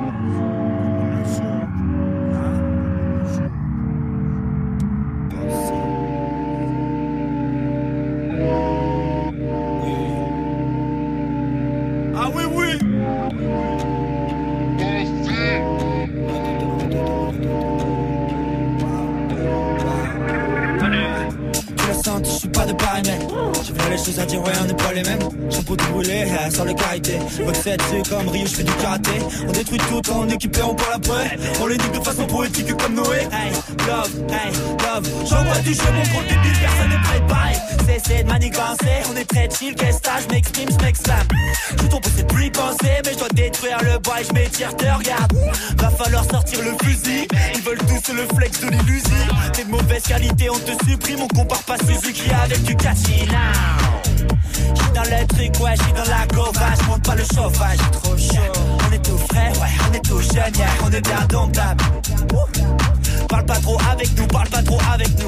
Les choses à dire, ouais, on n'est pas les mêmes. Chapeau tout brûlé, eh, sans le karité. Roxette, c'est comme Rio, je fais du karaté. On détruit tout en équipé, on parle après. On les nique de façon poétique comme Noé. Hey, love, hey, love. J'envoie du jeu, mon gros débile, personne n'est préparé. Cessez de manigancer, on est très chill. Qu'est-ce que je m'exprime, je m'exclame. Tout ton possible plus y penser, mais je dois détruire le bois et je m'étire, te regarde. Va falloir sortir le fusil. Ils veulent tous le flex de l'illusion. T'es de mauvaise qualité, on te supprime. On compare pas Suzuki avec du Catchy now. J'suis dans le truc, ouais, j'suis dans la gauvache. Monte pas le chauffage, trop chaud. On est tout frais, ouais, on est tout jeune, yeah. On est bien domptable. Parle pas trop avec nous, parle pas trop avec nous.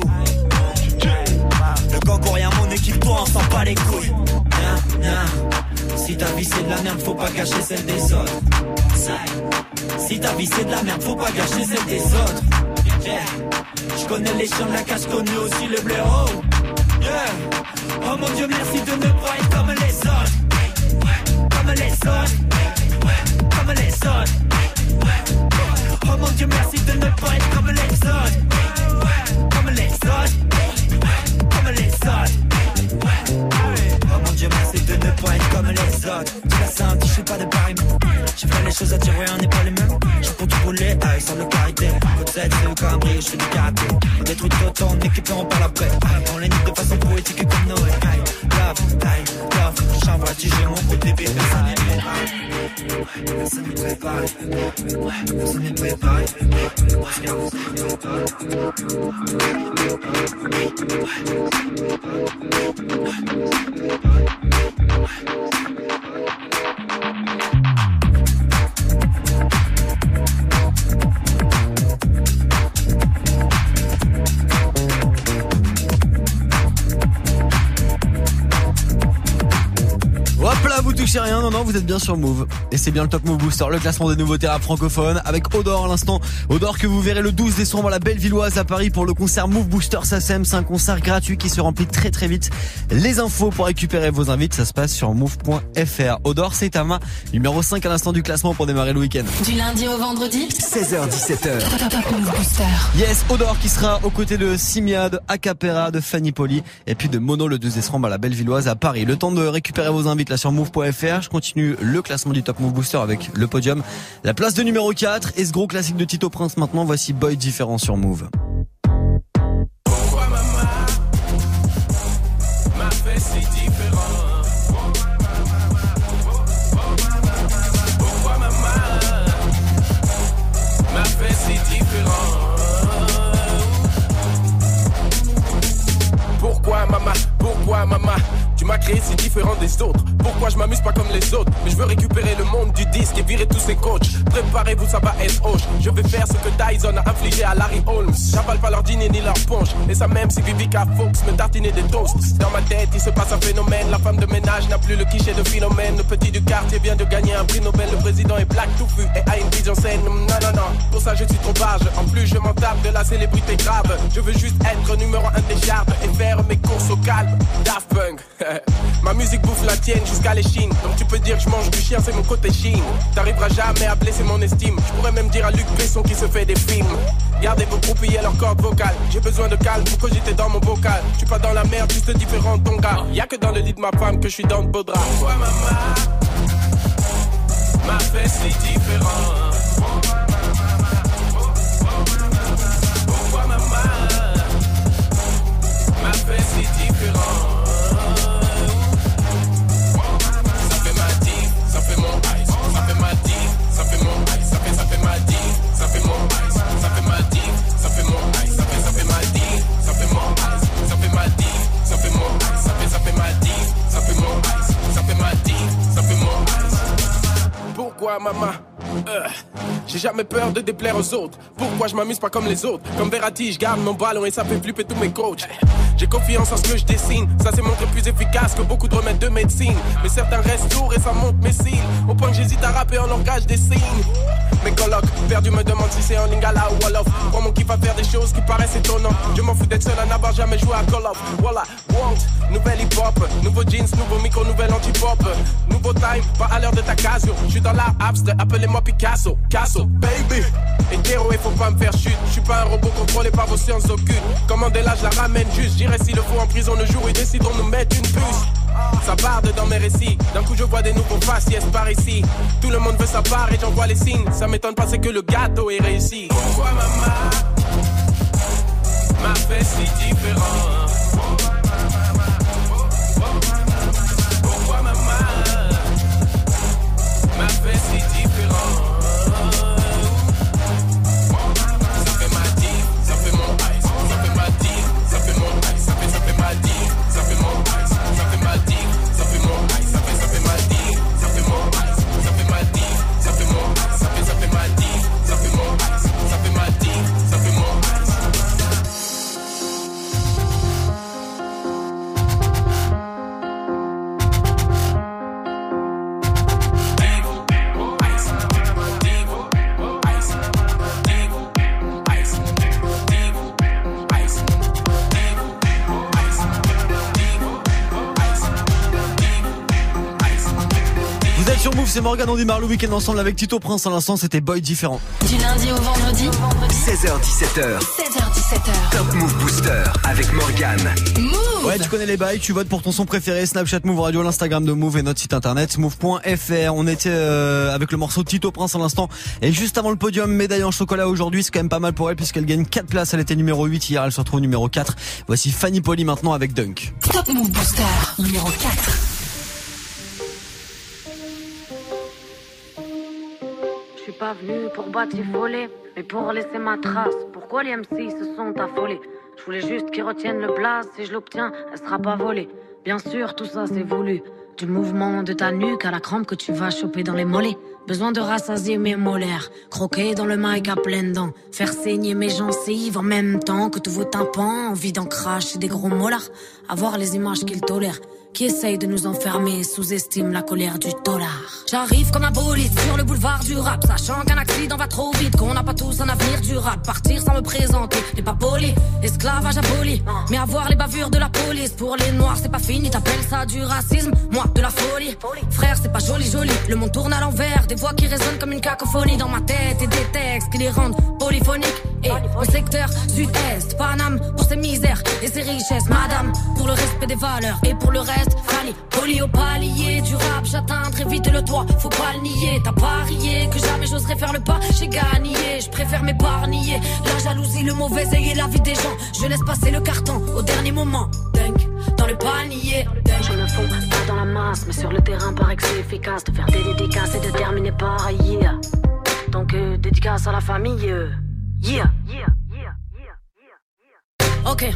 Le gang rien, mon équipe, toi, on s'en bat les couilles. Nah, nah. Si ta vie c'est de la merde, faut pas gâcher celle des autres. Si ta vie c'est de la merde, faut pas gâcher celle des autres. Yeah. J'connais les chiens de la cache, j'connais aussi le blaireau. Yeah. Oh mon Dieu, merci de ne pas être comme les autres. Comme les autres. Comme les autres. Oh mon Dieu, merci de ne pas être comme les autres. Comme les autres. Comme les autres. Oh mon Dieu, merci de ne pas être comme les autres. Tu l'as senti, je suis pas de Paris. J'ai fait les choses à dire, ouais, on n'est pas les mêmes. J'ai pour tout rouler, avec sans le carité. Côte sept, c'est le cambré, je fais du karaté. On détruit tout en équipe, on parle après. On les nique de façon poétique comme Noé. Love, love, j'envoie du jeu, mon côté bébé, personne n'est préparé. Personne n'est préparé. Personne n'est préparé. touchez rien, non, non, vous êtes bien sur Move. Et c'est bien le Top Move Booster, le classement des nouveautés rap francophones, avec Odor à l'instant. Odor que vous verrez le douze décembre à la Bellevilloise à Paris pour le concert Move Booster S A C E M. C'est un concert gratuit qui se remplit très très vite. Les infos pour récupérer vos invites, ça se passe sur move point f r. Odor, c'est Tama, numéro cinq à l'instant du classement pour démarrer le week-end. Du lundi au vendredi, seize heures dix-sept heures. Top Move Booster. Yes, Odor qui sera aux côtés de Simia, de Acapera, de Fanny Poli et puis de Mono le douze décembre à la Bellevilloise à Paris. Le temps de récupérer vos invites là sur move point f r. Je continue le classement du Top Move Booster avec le podium. La place de numéro quatre et ce gros classique de Tito Prince maintenant. Voici Boy Différent sur Move. Pourquoi maman m'a fait si différent? Pourquoi maman m'a fait si différent? Pourquoi maman? Pourquoi maman? Tu m'as créé si différent des autres. Pourquoi je m'amuse pas comme les autres? Mais je veux récupérer le monde du disque et virer tous ces coachs. Préparez-vous, ça va être hoche. Je vais faire ce que Tyson a infligé à Larry Holmes. J'avale pas leur dîner ni leur ponche. Et ça même si Vivica Fox me tartinait des toasts. Dans ma tête il se passe un phénomène. La femme de ménage n'a plus le cliché de Philomène. Le petit du quartier vient de gagner un prix Nobel. Le président est black touffu et a une vision saine. Non non non, pour ça je suis trop barge. En plus je m'en tape de la célébrité grave. Je veux juste être numéro un des charts et faire mes courses au calme. Daft Punk. Ma musique bouffe la tienne jusqu'à l'échine. Donc tu peux dire que je mange du chien, c'est mon côté chine. T'arriveras jamais à blesser mon estime. Je pourrais même dire à Luc Besson qui se fait des films. Gardez vos groupes et leurs cordes vocales. J'ai besoin de calme pour cogiter dans mon bocal. Je suis pas dans la merde, juste différent de ton gars. Y'a que dans le lit de ma femme que je suis dans le beau drap. Pourquoi maman m'a fait si différent? Pourquoi maman m'a fait si différent? Pourquoi maman? Euh, j'ai jamais peur de déplaire aux autres. Pourquoi je m'amuse pas comme les autres? Comme Verratti, je garde mon ballon et ça fait flipper tous mes coachs. J'ai confiance en ce que je dessine. Ça s'est montré plus efficace que beaucoup de remèdes de médecine. Mais certains restent lourds et ça monte mes cils. Au point que j'hésite à rapper en langage des signes. Mes colocs, perdu me demande si c'est en lingala ou wolof. Prends mon kiff à faire des choses qui paraissent étonnantes. Je m'en fous d'être seul à n'avoir jamais joué à Call of. Voilà, want, nouvelle hip-hop. Nouveau jeans, nouveau micro, nouvelle anti-pop. Nouveau time, pas à l'heure de ta casio. J'suis dans l'art abstrait, appelez-moi Picasso. Casso, baby. Hétéro et faut pas me faire chute. J'suis pas un robot contrôlé par vos sciences occultes. Commandez-la, je la ramène juste. J'irai s'il le faut en prison le jour où ils décideront de nous mettre une puce. Ça barde dans mes récits. D'un coup je vois des nouveaux faciès par ici. Tout le monde veut sa part et j'en vois les signes. Ça m'étonne pas, c'est que le gâteau est réussi. Pourquoi maman m'a fait si différent? Pourquoi maman m'a fait si différent? Ça fait ma dive, ça fait mon ice. Ça fait ma dive, ça fait mon ice. Ça fait, ça fait ma dive, ça fait mon ice. Ça fait ma dive, ça fait mon ice. Ça fait, ça fait ma dive, ça fait mon ice. Ça fait ma dive, ça fait mon ice. Ça fait, ça fait ma dive, ça fait mon ice. Ça fait ma dive, ça fait mon ice. Sur Move, c'est Morgane, on démarre le week-end ensemble avec Tito Prince. À l'instant, c'était Boy Différent. Du lundi au vendredi, seize heures dix-sept heures. seize heures dix-sept heures. Top Move Booster avec Morgane. Move. Ouais, tu connais les bails, tu votes pour ton son préféré, Snapchat Move Radio, l'Instagram de Move et notre site internet move point f r. On était euh, avec le morceau de Tito Prince à l'instant. Et juste avant le podium, médaille en chocolat aujourd'hui, c'est quand même pas mal pour elle puisqu'elle gagne quatre places. Elle était numéro huit hier, elle se retrouve numéro quatre. Voici Fanny Poli maintenant avec Dunk. Top Move Booster numéro quatre. Je suis pas venu pour batifoler, mais pour laisser ma trace. Pourquoi les M C se sont affolés? Je voulais juste qu'ils retiennent le blaze. Si je l'obtiens, elle sera pas volée. Bien sûr, tout ça c'est voulu. Du mouvement de ta nuque à la crampe que tu vas choper dans les mollets. Besoin de rassasier mes molaires, croquer dans le mic à pleines dents, faire saigner mes gencives en même temps que tous vos tympans. Envie d'en cracher des gros molars, avoir les images qu'ils tolèrent. qui essaye de nous enfermer sous-estime la colère du dollar. J'arrive comme un bolide sur le boulevard du rap, sachant qu'un accident va trop vite, qu'on n'a pas tous un avenir durable. Partir sans me présenter n'est pas poli, esclavage aboli, mais avoir les bavures de la police. Pour les noirs c'est pas fini, t'appelles ça du racisme, moi de la folie. Frère c'est pas joli joli, le monde tourne à l'envers, des voix qui résonnent comme une cacophonie dans ma tête et des textes qui les rendent polyphoniques. Et au secteur sud-est, Paname pour ses misères et ses richesses, madame pour le respect des valeurs et pour le reste, Fanny, poli au palier du rap, j'atteindrai vite le toit, faut pas le nier. T'as parié que jamais j'oserais faire le pas, j'ai gagné, je préfère m'épargner. La jalousie, le mauvais œil et la vie des gens, je laisse passer le carton au dernier moment. Dunk, dans le panier. Je me fonds pas dans la masse, mais sur le terrain paraît que c'est efficace de faire des dédicaces et de terminer par yeah. Donc euh, dédicace à la famille, euh, yeah. Yeah, yeah, yeah, yeah. Ok.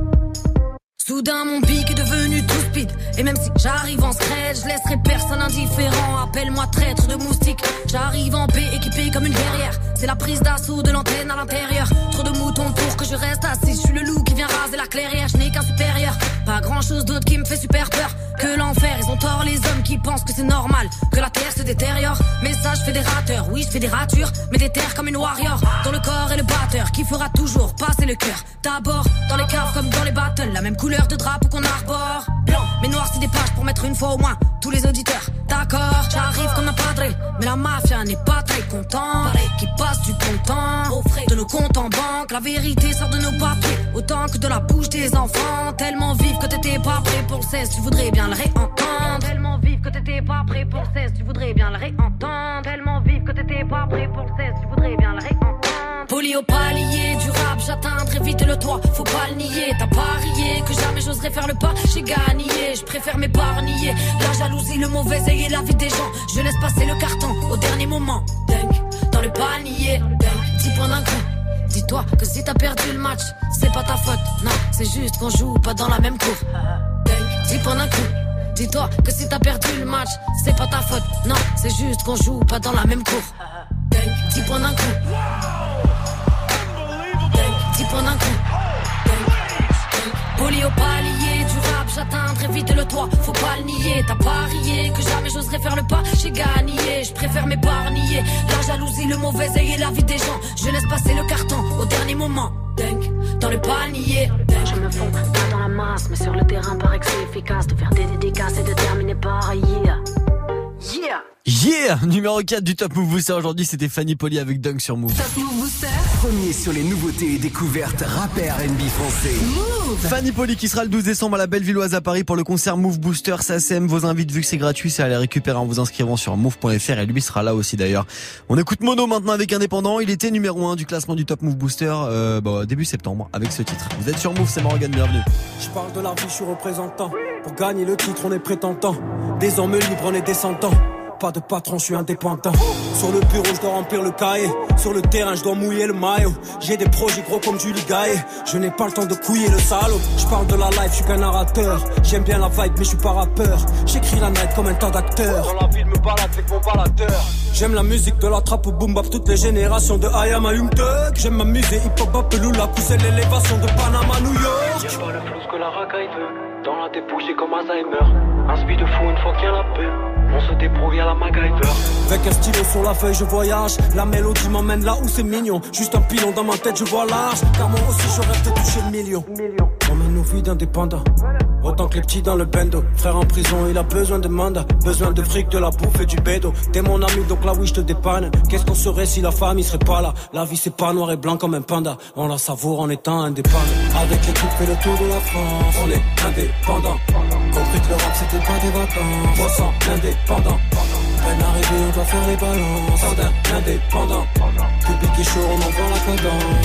Soudain mon pic est devenu tout speed, et même si j'arrive en scred, je laisserai personne indifférent. Appelle-moi traître de moustique, j'arrive en paix équipé comme une guerrière. C'est la prise d'assaut de l'antenne à l'intérieur. Trop de moutons pour que je reste assis, je suis le loup qui vient raser la clairière. Je n'ai qu'un supérieur, pas grand chose d'autre qui me fait super peur que l'enfer. Ils ont tort les hommes qui pensent que c'est normal que la terre se détériore. Message fédérateur, oui je fais des ratures, mais des terres comme une warrior. Dans le corps et le batteur qui fera toujours passer le cœur. D'abord dans les caves comme dans les battles, la même couleur de drapeau qu'on arbore. Blanc, mais noir c'est des pages pour mettre une fois au moins tous les auditeurs. D'accord, j'arrive comme un padré, mais la mafia n'est pas très contente. Qui passe du bon temps au frais de nos comptes en banque. La vérité sort de nos papiers autant que de la bouche des enfants. Tellement vive que t'étais pas prêt pour le seize, tu voudrais bien le réentendre. Tellement vive que t'étais pas prêt pour le seize, tu voudrais bien le réentendre. Tellement vive que t'étais pas prêt pour le seize, tu voudrais bien le réentendre. Poli au palier du rap, j'atteindrai vite le toit, faut pas le nier. T'as parié que jamais j'oserais faire le pas, j'ai gagné, je préfère m'épargner. La jalousie, le mauvais œil et la vie des gens, je laisse passer le carton au dernier moment. Dunk, dans le panier, dix points d'un coup. Dis-toi que si t'as perdu le match, c'est pas ta faute, non, c'est juste qu'on joue pas dans la même cour. Dunk, dix points d'un coup. Dis-toi que si t'as perdu le match, c'est pas ta faute, non, c'est juste qu'on joue pas dans la même cour. Dunk, dix points d'un coup. Dix points d'un coup. Poli au palier du rap, j'atteindrai vite le toit, faut pas le nier. T'as parié que jamais j'oserais faire le pas, j'ai gagné, je préfère m'épargner. La jalousie, le mauvais œil et la vie des gens, je laisse passer le carton au dernier moment. Dunk, dans le panier. Je me fonds pas dans la masse, mais sur le terrain paraît que c'est efficace de faire des dédicaces et de terminer par yeah. Yeah. Yeah, numéro quatre du Top Move Booster aujourd'hui, c'était Fanny Poli avec Dunk sur Move. Top Move Booster. Premier sur les nouveautés et découvertes rap et R and B français. Move. Fanny Poli qui sera le douze décembre à la Bellevilloise à Paris pour le concert Move Booster S A C E M. Vos invites, vu que c'est gratuit, c'est à les récupérer en vous inscrivant sur move point f r et lui sera là aussi d'ailleurs. On écoute Mono maintenant avec Indépendant. Il était numéro un du classement du Top Move Booster euh, bah, début septembre avec ce titre. Vous êtes sur Move, c'est Morgan, bienvenue. Je parle de la vie, je suis représentant. Pour gagner le titre, on est prétentant. Des hommes libres, on est descendants. Pas de patron, je suis indépendant. Sur le bureau, je dois remplir le cahier. Sur le terrain, je dois mouiller le maillot. J'ai des projets gros comme Julie Gaillet. Je n'ai pas le temps de couiller le salaud. Je parle de la life, je suis qu'un narrateur. J'aime bien la vibe, mais je suis pas rappeur. J'écris la night comme un tas d'acteurs. Dans la ville, me balade avec mon baladeur. J'aime la musique de la trappe au boom bap, toutes les générations de I am a Young Thug. J'aime m'amuser, hip hop, Apelou, la pousser l'élévation de Panama, New York. Y'a pas le flou que la racaille veut. Dans la dépouille, j'ai comme Alzheimer. Un speed de fou une fois qu'il y a la paix. On se débrouille à la MacGyver. Avec un stylo sur la feuille, je voyage. La mélodie m'emmène là où c'est mignon. Juste un pilon dans ma tête, je vois large. Car moi aussi, je rêve de toucher le million. On mène nos vies d'indépendants. Autant que les petits dans le bendo. Frère en prison, il a besoin de mandat. Besoin de fric, de la bouffe et du bédo. T'es mon ami, donc là oui, je te dépanne. Qu'est-ce qu'on serait si la famille serait pas là? La vie, c'est pas noir et blanc comme un panda. On la savoure en étant indépendant. Avec l'équipe, fait le tour de la France. On est indépendant. Compris que le rap, c'était pas des vacances. Ressent indépendant. Peine arrivée, on doit faire les balances. Sardin, indépendant. Public et chaud, on envoie la cadence.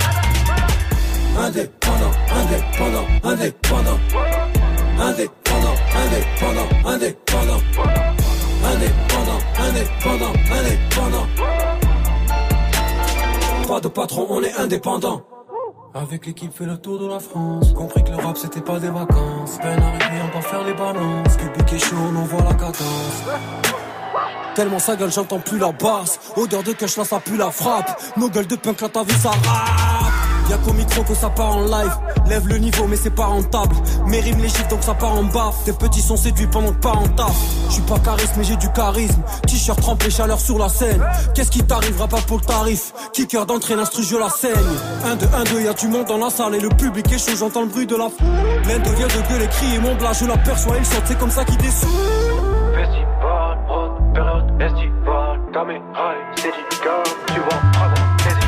Indépendant, indépendant, indépendant. Indépendant, indépendant, indépendant. Indépendant, indépendant, indépendant. Pas de patron, on est indépendant. Avec l'équipe fait le tour de la France. Compris que le rap c'était pas des vacances. Peine arrivée, on va faire les balances. Public et chaud, on envoie la cadence. Tellement sa gueule, j'entends plus la basse. Odeur de cash, là ça pue la frappe. Nos gueules de punk, là ta vie ça rappe. Y'a qu'au micro que ça part en live. Lève le niveau mais c'est pas rentable. Mes rimes les chiffres donc ça part en baffe. Tes petits sont séduits pendant que pas en taf. J'suis pas charisme mais j'ai du charisme. T-shirt trempé, chaleur sur la scène. Qu'est-ce qui t'arrivera pas pour le tarif? Kicker d'entrée, l'instru je la saigne. un, deux, un, deux, y'a du monde dans la salle et le public est chaud, j'entends le bruit de la foule. L'Inde vient de gueuler, crier mon blas, je l'aperçois, il saute, c'est comme ça qu'il descend. Festival, haute période estivale, caméra et steadicam, tu vois, dragon,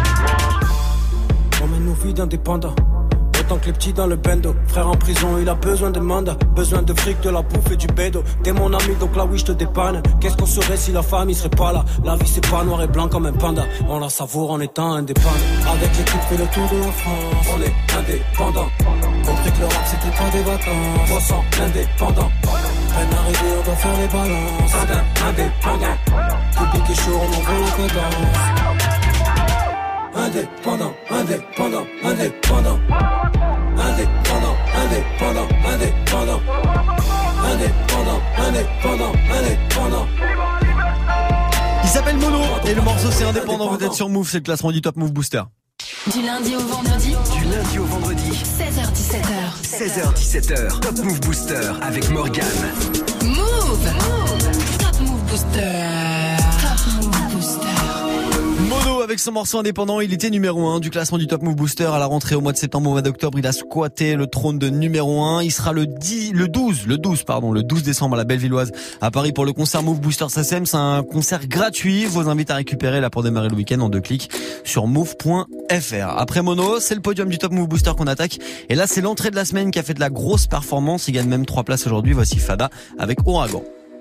on mène nos vies d'indépendants. Autant que les petits dans le bendo. Frère en prison, il a besoin de mandat. Besoin de fric, de la bouffe et du bédo. T'es mon ami, donc là oui je te dépanne. Qu'est-ce qu'on serait si la famille serait pas là? La vie c'est pas noir et blanc comme un panda. On la savoure en étant indépendant. Avec l'équipe fait le tour de la France. On est indépendant. Compris que le rap c'était pas des vacances. trois cents indépendants. Peine arrivée, on doit faire les balances. Indépendant. Public est chaud, on envoie la cadence. Indépendant, indépendant, indépendant. Indépendant, indépendant, indépendant. Indépendant, indépendant, indépendant. Il s'appelle Mono et le morceau c'est Indépendant. Vous êtes sur Move, c'est le classement du Top Move Booster. Du lundi au vendredi. Du lundi au vendredi. seize heures dix-sept heures. seize heures dix-sept heures. Top Move Booster avec Morgane. Move. Move. Top Move Booster. Top Move Booster. Mono avec son morceau Indépendant, il était numéro un du classement du Top Move Booster à la rentrée au mois de septembre, au mois d'octobre, il a squatté le trône de numéro un. Il sera le dix, le douze, le douze pardon, le douze décembre à la Bellevilloise à Paris pour le concert Move Booster S S M. C'est un concert gratuit. Vous invite à récupérer là pour démarrer le week-end en deux clics sur move point f r. Après Mono, c'est le podium du Top Move Booster qu'on attaque. Et là, c'est l'entrée de la semaine qui a fait de la grosse performance. Il gagne même trois places aujourd'hui. Voici Fada avec Ouragan.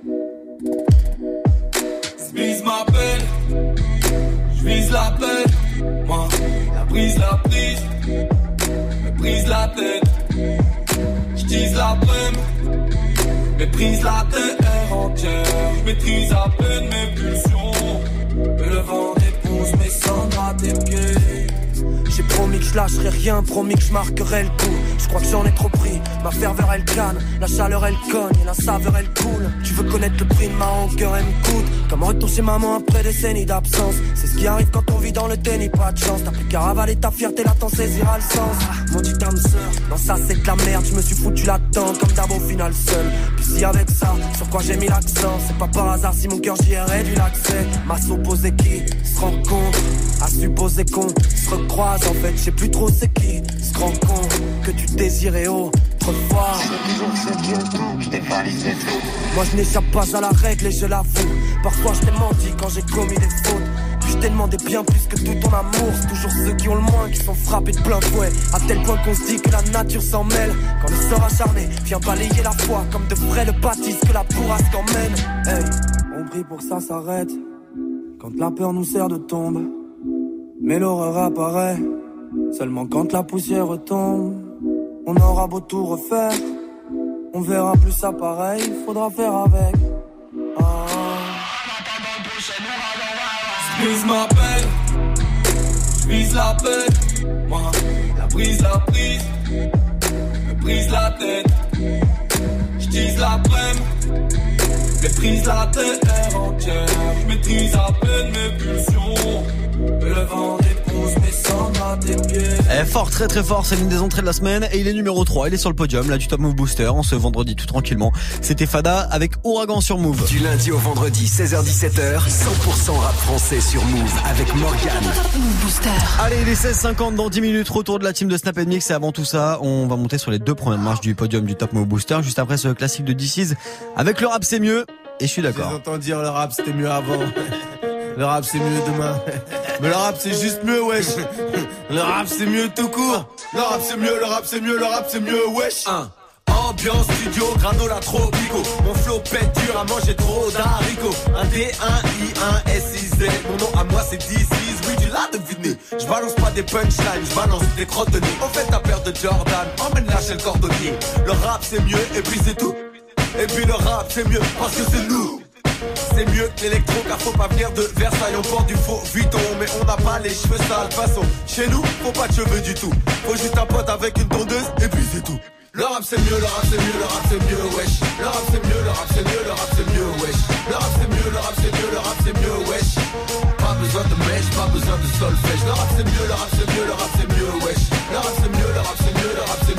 Vise ma peine, je vise la peine, moi, la brise, la prise, me brise la tête, je tease la peine, méprise la terre entière, je maîtrise à peine mes pulsions, le vent dépose mes cendres à tes pieds. J'ai promis que je lâcherai rien, promis que je marquerai le coup. Je crois que j'en ai trop pris, ma ferveur elle canne, la chaleur elle cogne et la saveur elle coule. Tu veux connaître le prix de ma rancœur, elle me coûte. Comme retour chez maman après des décennies d'absence. C'est ce qui arrive quand on vit dans le déni, pas de chance. T'as plus qu'à ravaler ta fierté, là t'en saisiras le sens. Maudite âme sœur, non ça c'est de la merde. Je me suis foutu là-dedans comme d'hab au final seul. Puis si avec ça, sur quoi j'ai mis l'accent, c'est pas par hasard si mon cœur j'y ai réduit l'accès. M'a supposé qui se rencontre, à supposer qu'on se recroise. En fait, je sais plus trop c'est qui se rend compte que tu désirais autrefois. Moi je n'échappe pas à la règle et je l'avoue. Parfois je t'ai menti quand j'ai commis des fautes. Puis je t'ai demandé bien plus que tout ton amour. C'est toujours ceux qui ont le moins qui sont frappés de plein fouet. À tel point qu'on se dit que la nature s'en mêle. Quand le sort acharné vient balayer la foi, comme de vrais le baptise que la bourrasque emmène. Hey, on prie pour que ça s'arrête quand la peur nous sert de tombe. Mais l'horreur apparaît seulement quand la poussière retombe. On aura beau tout refaire, on verra plus ça pareil, faudra faire avec. Ah. J'vise ma peine, j'vise la peine, moi, la brise, la prise, me brise la tête, j'tise la prème, méprise la terre entière, j'maîtrise à peine mes pulsions. Le vent dépose mes cendres à tes pieds. Eh, fort, très très fort, c'est l'une des entrées de la semaine et il est numéro trois, il est sur le podium là du Top Move Booster en ce vendredi tout tranquillement. C'était Fada avec Ouragan sur Move. Du lundi au vendredi seize heures dix-sept heures, cent pour cent rap français sur Move avec Morgane. Top Move Booster. Allez, il est seize cinquante dans dix minutes, retour de la team de Snap and Mix et avant tout ça, on va monter sur les deux premières marches du podium du Top Move Booster juste après ce classique de D C's avec le rap c'est mieux et je suis d'accord. J'entends dire le rap c'était mieux avant. Le rap c'est mieux demain. Mais le rap c'est juste mieux wesh. Le rap c'est mieux tout court. Le rap c'est mieux, le rap c'est mieux, le rap c'est mieux wesh. Un. Ambiance studio, granola tropico. Mon flow pète dur à manger trop d'haricots. Un D, un I, un S, I, Z. Mon nom à moi c'est D six, oui tu l'as deviné. Je balance pas des punchlines, je balance des crottes de nez. Au fait ta paire de Jordan, emmène-la chez le cordonnier. Le rap c'est mieux et puis c'est tout. Et puis le rap c'est mieux parce que c'est nous. C'est mieux que l'électro car faut pas venir de Versailles. On porte du faux Vuitton mais on n'a pas les cheveux sales. De façon, chez nous, faut pas de cheveux du tout. Faut juste un pote avec une tondeuse et puis c'est tout. Le rap c'est mieux, le rap c'est mieux, le rap c'est mieux, wesh. Le rap c'est mieux, le rap c'est mieux, le rap c'est mieux, wesh. Le rap c'est mieux, le rap c'est mieux, le rap c'est mieux, wesh. Pas besoin de mèche, pas besoin de solfège. Le rap c'est mieux, le rap c'est mieux, le rap c'est mieux, wesh. Le rap c'est mieux, le rap c'est mieux, le rap c'est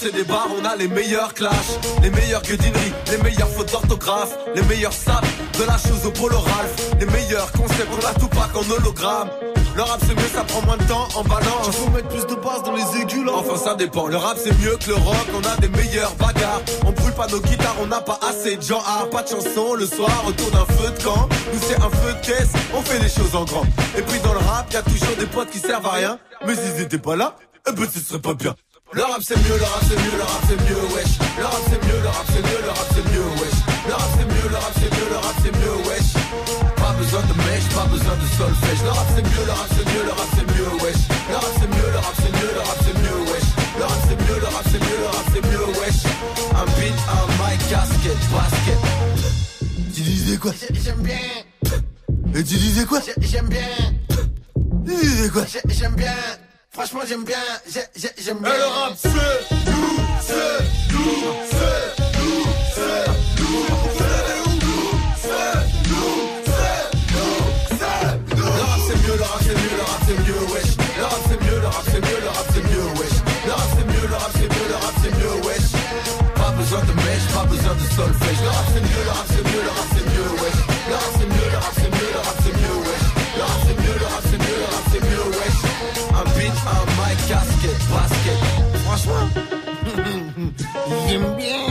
c'est des bars, on a les meilleurs clashs, les meilleures gueudineries, les meilleures fautes d'orthographe, les meilleurs saps, de la chose au polo Ralph, les meilleurs concepts, on a tout pas qu'en hologramme. Le rap c'est mieux, ça prend moins de temps en balance. Il faut mettre plus de basse dans les aigus là. Enfin ça dépend, le rap c'est mieux que le rock. On a des meilleures bagarres, on brûle pas nos guitares, on n'a pas assez de gens. Ah, pas de chansons le soir autour d'un feu de camp. Nous c'est un feu de caisse, on fait les choses en grand. Et puis dans le rap, y'a toujours des potes qui servent à rien. Mais s'ils étaient pas là, eh ben ce serait pas bien. Le rap c'est mieux, le rap c'est mieux, le rap c'est mieux, wesh. Le rap c'est mieux, le rap c'est mieux, le rap c'est mieux, wesh. Le rap c'est mieux, le rap c'est mieux, le rap c'est mieux, wesh. Pas besoin de mèche, pas besoin de solfège. Le rap c'est mieux, le rap c'est mieux, le rap c'est mieux, wesh. Le rap c'est mieux, le rap c'est mieux, le rap c'est mieux, wesh. Le rap c'est mieux, le rap c'est mieux, le rap c'est mieux, wesh. Un beat, un mic, casquette, basket. Tu disais quoi? J'aime bien. Et tu disais quoi? J'aime bien. Tu disais quoi? J'aime bien. Franchement j'aime bien, j'aime bien. Et le rap c'est nous, c'est nous, c'est nous, c'est nous, c'est nous, c'est nous, c'est nous. Le rap c'est mieux, le rap c'est mieux, le rap c'est mieux, wesh. Le rap c'est mieux, le rap c'est mieux, le rap c'est mieux, wesh. Le rap c'est mieux, le rap c'est mieux, le rap c'est mieux, wesh. Pas besoin de mèche, pas besoin de solfège. Le rap c'est mieux, le rap c'est mieux, le rap c'est mieux, wesh. Le rap c'est mieux, le rap c'est mieux, le rap c'est mieux, wesh. Le rap c'est mieux, le rap c'est mieux, le rap c'est mieux, wesh. Un beat, un mic, casquette, basket. Franchement, j'aime bien.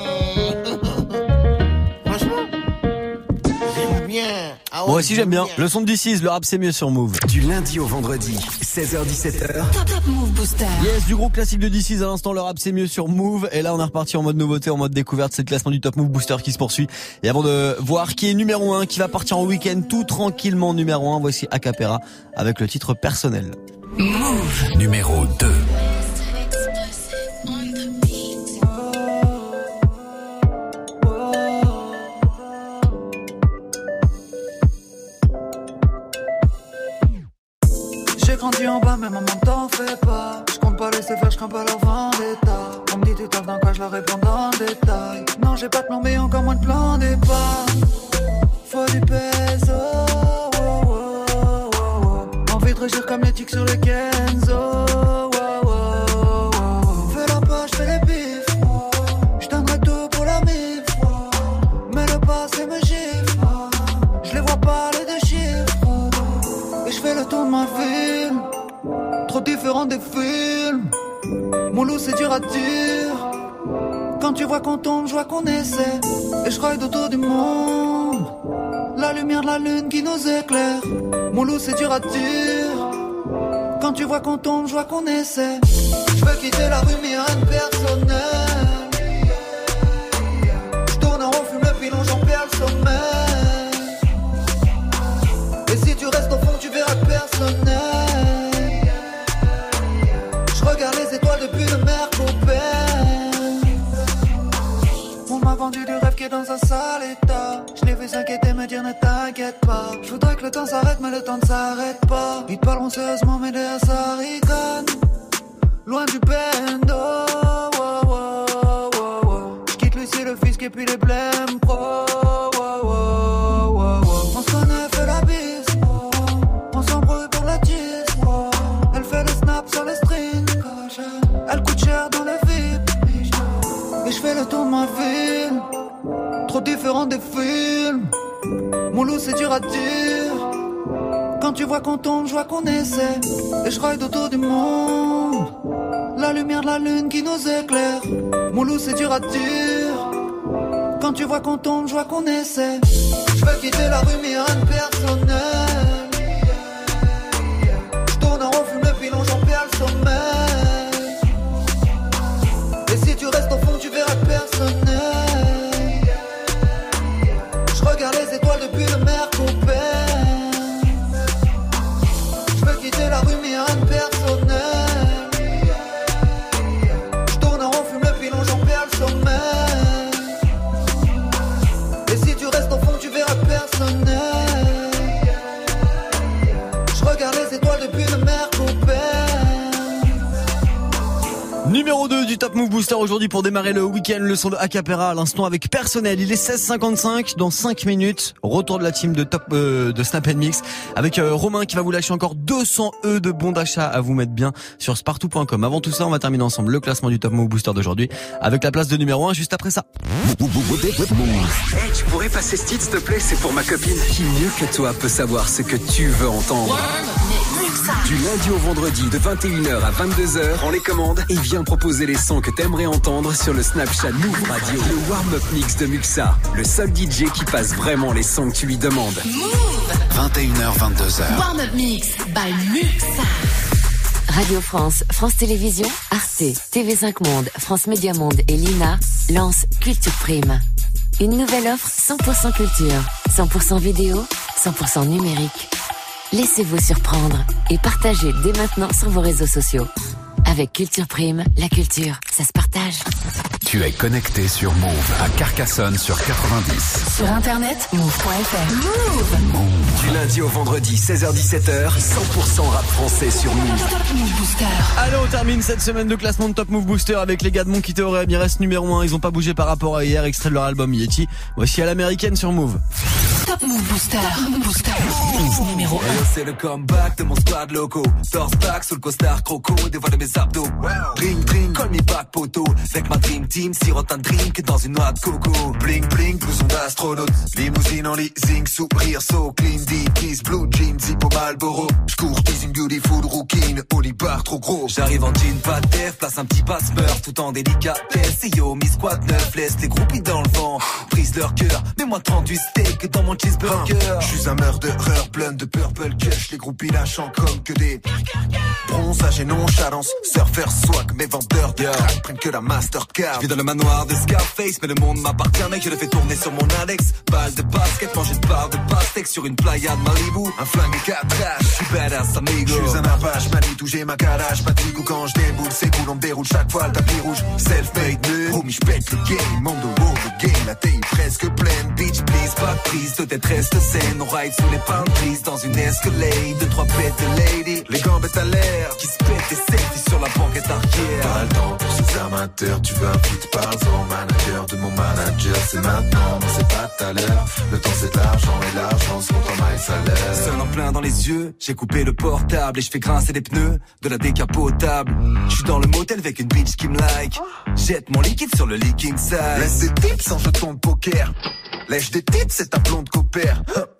Franchement, j'aime bien. Ah ouais, moi aussi j'aime bien. Le son de D six, le rap c'est mieux sur Move. Du lundi au vendredi, seize heures dix-sept heures. Top, top Move Booster. Yes, du gros classique de D six à l'instant, le rap c'est mieux sur Move. Et là on est reparti en mode nouveauté, en mode découverte. C'est le classement du Top Move Booster qui se poursuit. Et avant de voir qui est numéro un, qui va partir en week-end tout tranquillement numéro un, voici Acapera avec le titre personnel. Move numéro deux. J'ai grandi en bas mais maman t'en fais pas. Je compte pas laisser faire, je crains pas leur vendetta. On me dit tu taffes dans quoi, je leur réponds dans le détail. Non j'ai pas de plan mais encore moins de plan départ. Faut du peso, oh, oh, oh, oh. Envie de régir comme les tics sur les Kenzo, oh, oh, oh, oh. Fais la poche, fais les bifs, je donnerai tout pour la mif. Mais le passé me gifle, je les vois pas les deux chiffres. Et je fais le tour de ma ville, trop différent des films. Mon loup c'est dur à dire. Quand tu vois qu'on tombe, je vois qu'on essaie. Et je ride autour du monde, la lumière de la lune qui nous éclaire. Mon loup c'est dur à dire. Quand tu vois qu'on tombe, je vois qu'on essaie. Je veux quitter la rue mais rien de personnel. Je tourne en rond, fume le pilon, j'en perds le sommeil. Et si tu restes au fond, tu verras que personnel. Je regarde les étoiles depuis le Mercopène. On m'a vendu du rêve qui est dans un sale état. Je l'ai vu s'inquiéter, me dire ne t'inquiète pas. Je voudrais que le temps s'arrête, mais le temps ne s'arrête pas. Ils te parleront sérieusement, mais derrière ça rigole. Loin du bendo, oh, oh, oh, oh, oh. Je quitte Lucie, le fisc et puis les blèmes pro, oh, oh, oh, oh. On se connaît, fait la bise, oh. On s'embrouille pour la tisse, oh. Elle fait le snap sur les strings, elle coûte cher dans le vide. Et je fais le tour de ma ville, trop différent des films. Mon loup c'est dur à dire. Quand tu vois qu'on tombe, je vois qu'on essaie. Et je ride autour du monde, la lumière de la lune qui nous éclaire. Mon loup c'est dur à dire. Quand tu vois qu'on tombe, je vois qu'on essaie. Je veux quitter la rue mais rien de personnel. Je tourne en rond, fume le pilon, j'en perds le sommeil. Et si tu restes au fond, tu verras que personnel. Je regarde les étoiles depuis le Mercopène. Je veux quitter la rue mais rien de personnel. Je tourne en rond, fume le pilon, j'en perds le sommeil. Et si tu restes au fond, tu verras que personnel. Je regarde les étoiles depuis le Mercopène. Numéro deux du Top Move Booster aujourd'hui pour démarrer le week-end, le son de Acapera à l'instant avec Personnel. Il est seize cinquante-cinq, dans cinq minutes, retour de la team de Top euh, de Snap and Mix avec euh, Romain qui va vous lâcher encore deux cents euros de bons d'achat à vous mettre bien sur spartou point com. Avant tout ça, on va terminer ensemble le classement du Top Move Booster d'aujourd'hui avec la place de numéro un juste après ça. Hey, tu pourrais passer ce titre s'il te plaît, c'est pour ma copine. Qui mieux que toi peut savoir ce que tu veux entendre? Du lundi au vendredi de vingt et une heures à vingt-deux heures, prends les commandes et viens proposer les sons que t'aimerais entendre sur le Snapchat Move Radio. Le warm-up mix de Muxa, le seul D J qui passe vraiment les sons que tu lui demandes. vingt et une heures, vingt-deux heures. Warm-up mix by Muxa. Radio France, France Télévisions, Arte, T V cinq Monde, France Média Monde et Lina lancent Culture Prime. Une nouvelle offre cent pour cent culture, cent pour cent vidéo, cent pour cent numérique. Laissez-vous surprendre et partagez dès maintenant sur vos réseaux sociaux. Avec Culture Prime, la culture, ça se partage. Tu es connecté sur Move à Carcassonne sur quatre-vingt-dix. Sur internet, move point f r. Move. Du lundi au vendredi, seize heures dix-sept heures, cent pour cent rap français sur Move. Top Move Booster. Allez, on termine cette semaine de classement de Top Move Booster avec les gars de Monkey Theorem. Ils restent numéro un, ils ont pas bougé par rapport à hier, extrait de leur album Yeti. Voici à l'américaine sur Move. Top Move Booster. Booster. Move numéro un. C'est le comeback de mon squad loco. Torse back sous le costard croco, dévoile mes abdos. Bling bling, call me back poto. Avec ma dream team, sirote un drink dans une noix de coco. Bling bling, blouson d'astronaute. Limousine en leasing, sourire so clean. Deep kiss, blue jeans, hippo Malboro. J'cours une beautiful rookie, Olibar trop gros. J'arrive en jean, pas de def, place un petit passe-meurtre tout en délicatesse. Et yo, mi squad neuf, laisse les groupies dans le vent. Brise leur cœur, mets-moi trente-huit steaks dans mon cheeseburger. J'suis un murderer plein de purple kush. Les groupies lâchant comme que des bronzage et nonchalance. Surfer swag, mes vendeurs de crack prennent que la Mastercard. J'vis dans le manoir de Scarface, mais le monde m'appartient, mec. Je le fais tourner sur mon Alex. Balle de basket, mange une part de pastèque sur une playa de Malibu. Un flingue et quatre H, j'suis badass amigo. J'suis un apache, Manitou, j'ai ma calage. Pas de ou quand j'déboule, c'est cool, on me déroule chaque fois le tapis rouge. Self-made, nul, homie, j'pète le game. Monde de wow, le game, la taille presque pleine. Bitch, please, pas de prise, de tête reste saine. On ride sous les palm trees dans une Escalade. Deux, trois bêtes de lady, les gambettes à l'air. Qui se pètent des selfies sur la banquette arrière. Pas le temps pour ces amateurs, tu veux un feat, parle-en. Manager de mon manager, c'est maintenant, non c'est pas tout à l'heure. Le temps c'est de l'argent et l'argent se compte en maille salaire. Seul en plein dans les yeux, j'ai coupé le portable et je fais grincer les pneus de la décapotable. Je suis dans le motel avec une bitch qui me like. Jette mon liquide sur le leaking side. Laisse des tips en jeton de poker. Lèche des tips, c'est ta blonde copère.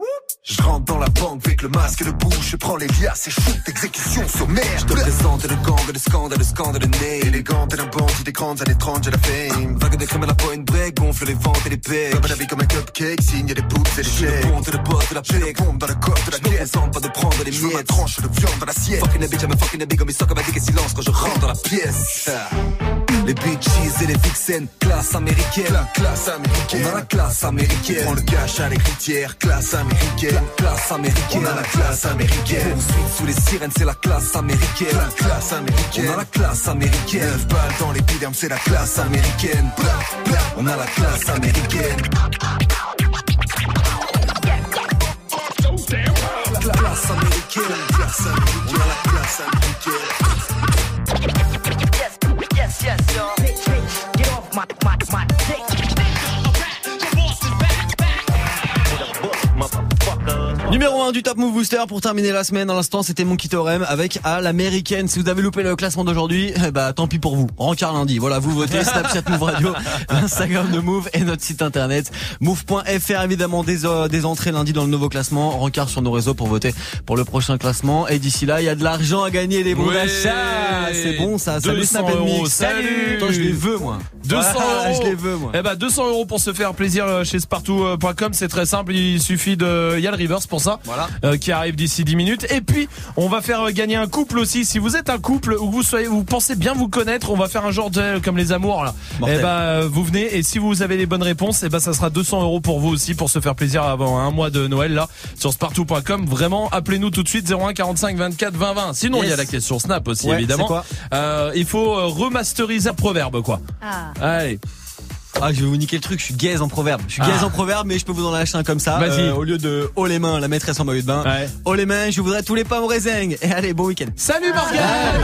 Je rentre dans la banque avec le masque et le bouche. Je prends les liasses et shoot, exécution sommaire. Je te présente le gang, le scandale, le scandale, le nez. Élégant, t'es un bandit des grandes années trente, j'ai la fame. Vague de crème à la point break, gonfle les ventes et les pecs. Comme la vie comme un cupcake, signe des poutres et des chèques. Je le ponte et le boss de la J'ai le pompe dans le coffre de la caisse. Je me pas de prendre les miettes. Je veux ma miettes. tranche de viande dans l'assiette. Fucking a bitch, I'm a fucking a big, comme il sort comme un dick et silence quand je rentre dans la pièce. Les bitches et les vixens, classe américaine. La classe américaine. On a la classe américaine. On prend le cash à l'écritière, classe américaine. La classe américaine. On a la classe américaine. Poursuite sous les sirènes, c'est la classe américaine. La classe américaine. On a la classe américaine. Neuf balles dans l'épiderme, c'est la classe américaine. Bla, bla. On a la classe américaine. La classe américaine. Classe américaine. On a la classe américaine. Yes, yes, y'all. Bitch, bitch, get off my, my, my dick. Numéro un du Top Move Booster pour terminer la semaine. À l'instant, c'était Monkey Theorem avec à l'américaine. Si vous avez loupé le classement d'aujourd'hui, eh bah tant pis pour vous. Rencard lundi. Voilà, vous votez Snapchat Move Radio, Instagram de Move et notre site internet move point f r. Évidemment, des, euh, des entrées lundi dans le nouveau classement. Rencard sur nos réseaux pour voter pour le prochain classement. Et d'ici là, il y a de l'argent à gagner, des bons d'achat. C'est bon ça. Salut Snap and Mix. Salut. Attends, je les veux moi. deux cents voilà, euros. Je les veux moi. Eh ben deux cents euros pour se faire plaisir chez spartou point com, c'est très simple. Il suffit de, il y a le reverse pour ça. Voilà. Euh, qui arrive d'ici dix minutes. Et puis, on va faire gagner un couple aussi. Si vous êtes un couple ou vous soyez, vous pensez bien vous connaître, on va faire un genre de, comme les amours, là. Mortel. Et bah, vous venez, et si vous avez les bonnes réponses, et bah, ça sera deux cents euros pour vous aussi, pour se faire plaisir avant un mois de Noël, là, sur spartou point com. Vraiment, appelez-nous tout de suite, zéro un quarante-cinq vingt-quatre vingt vingt. Sinon, il yes. y a la question Snap aussi, ouais, évidemment. C'est quoi euh, il faut remasteriser un proverbe, quoi. Ah. Allez. Ah, je vais vous niquer le truc, je suis gaze en proverbe. Je suis gaze ah. en proverbe, mais je peux vous en lâcher un comme ça. Vas-y. Euh, au lieu de haut les mains, la maîtresse en maillot de bain. Ouais. Haut les mains, je voudrais tous les pains au raisin. Et allez, bon week-end. Salut Morgane.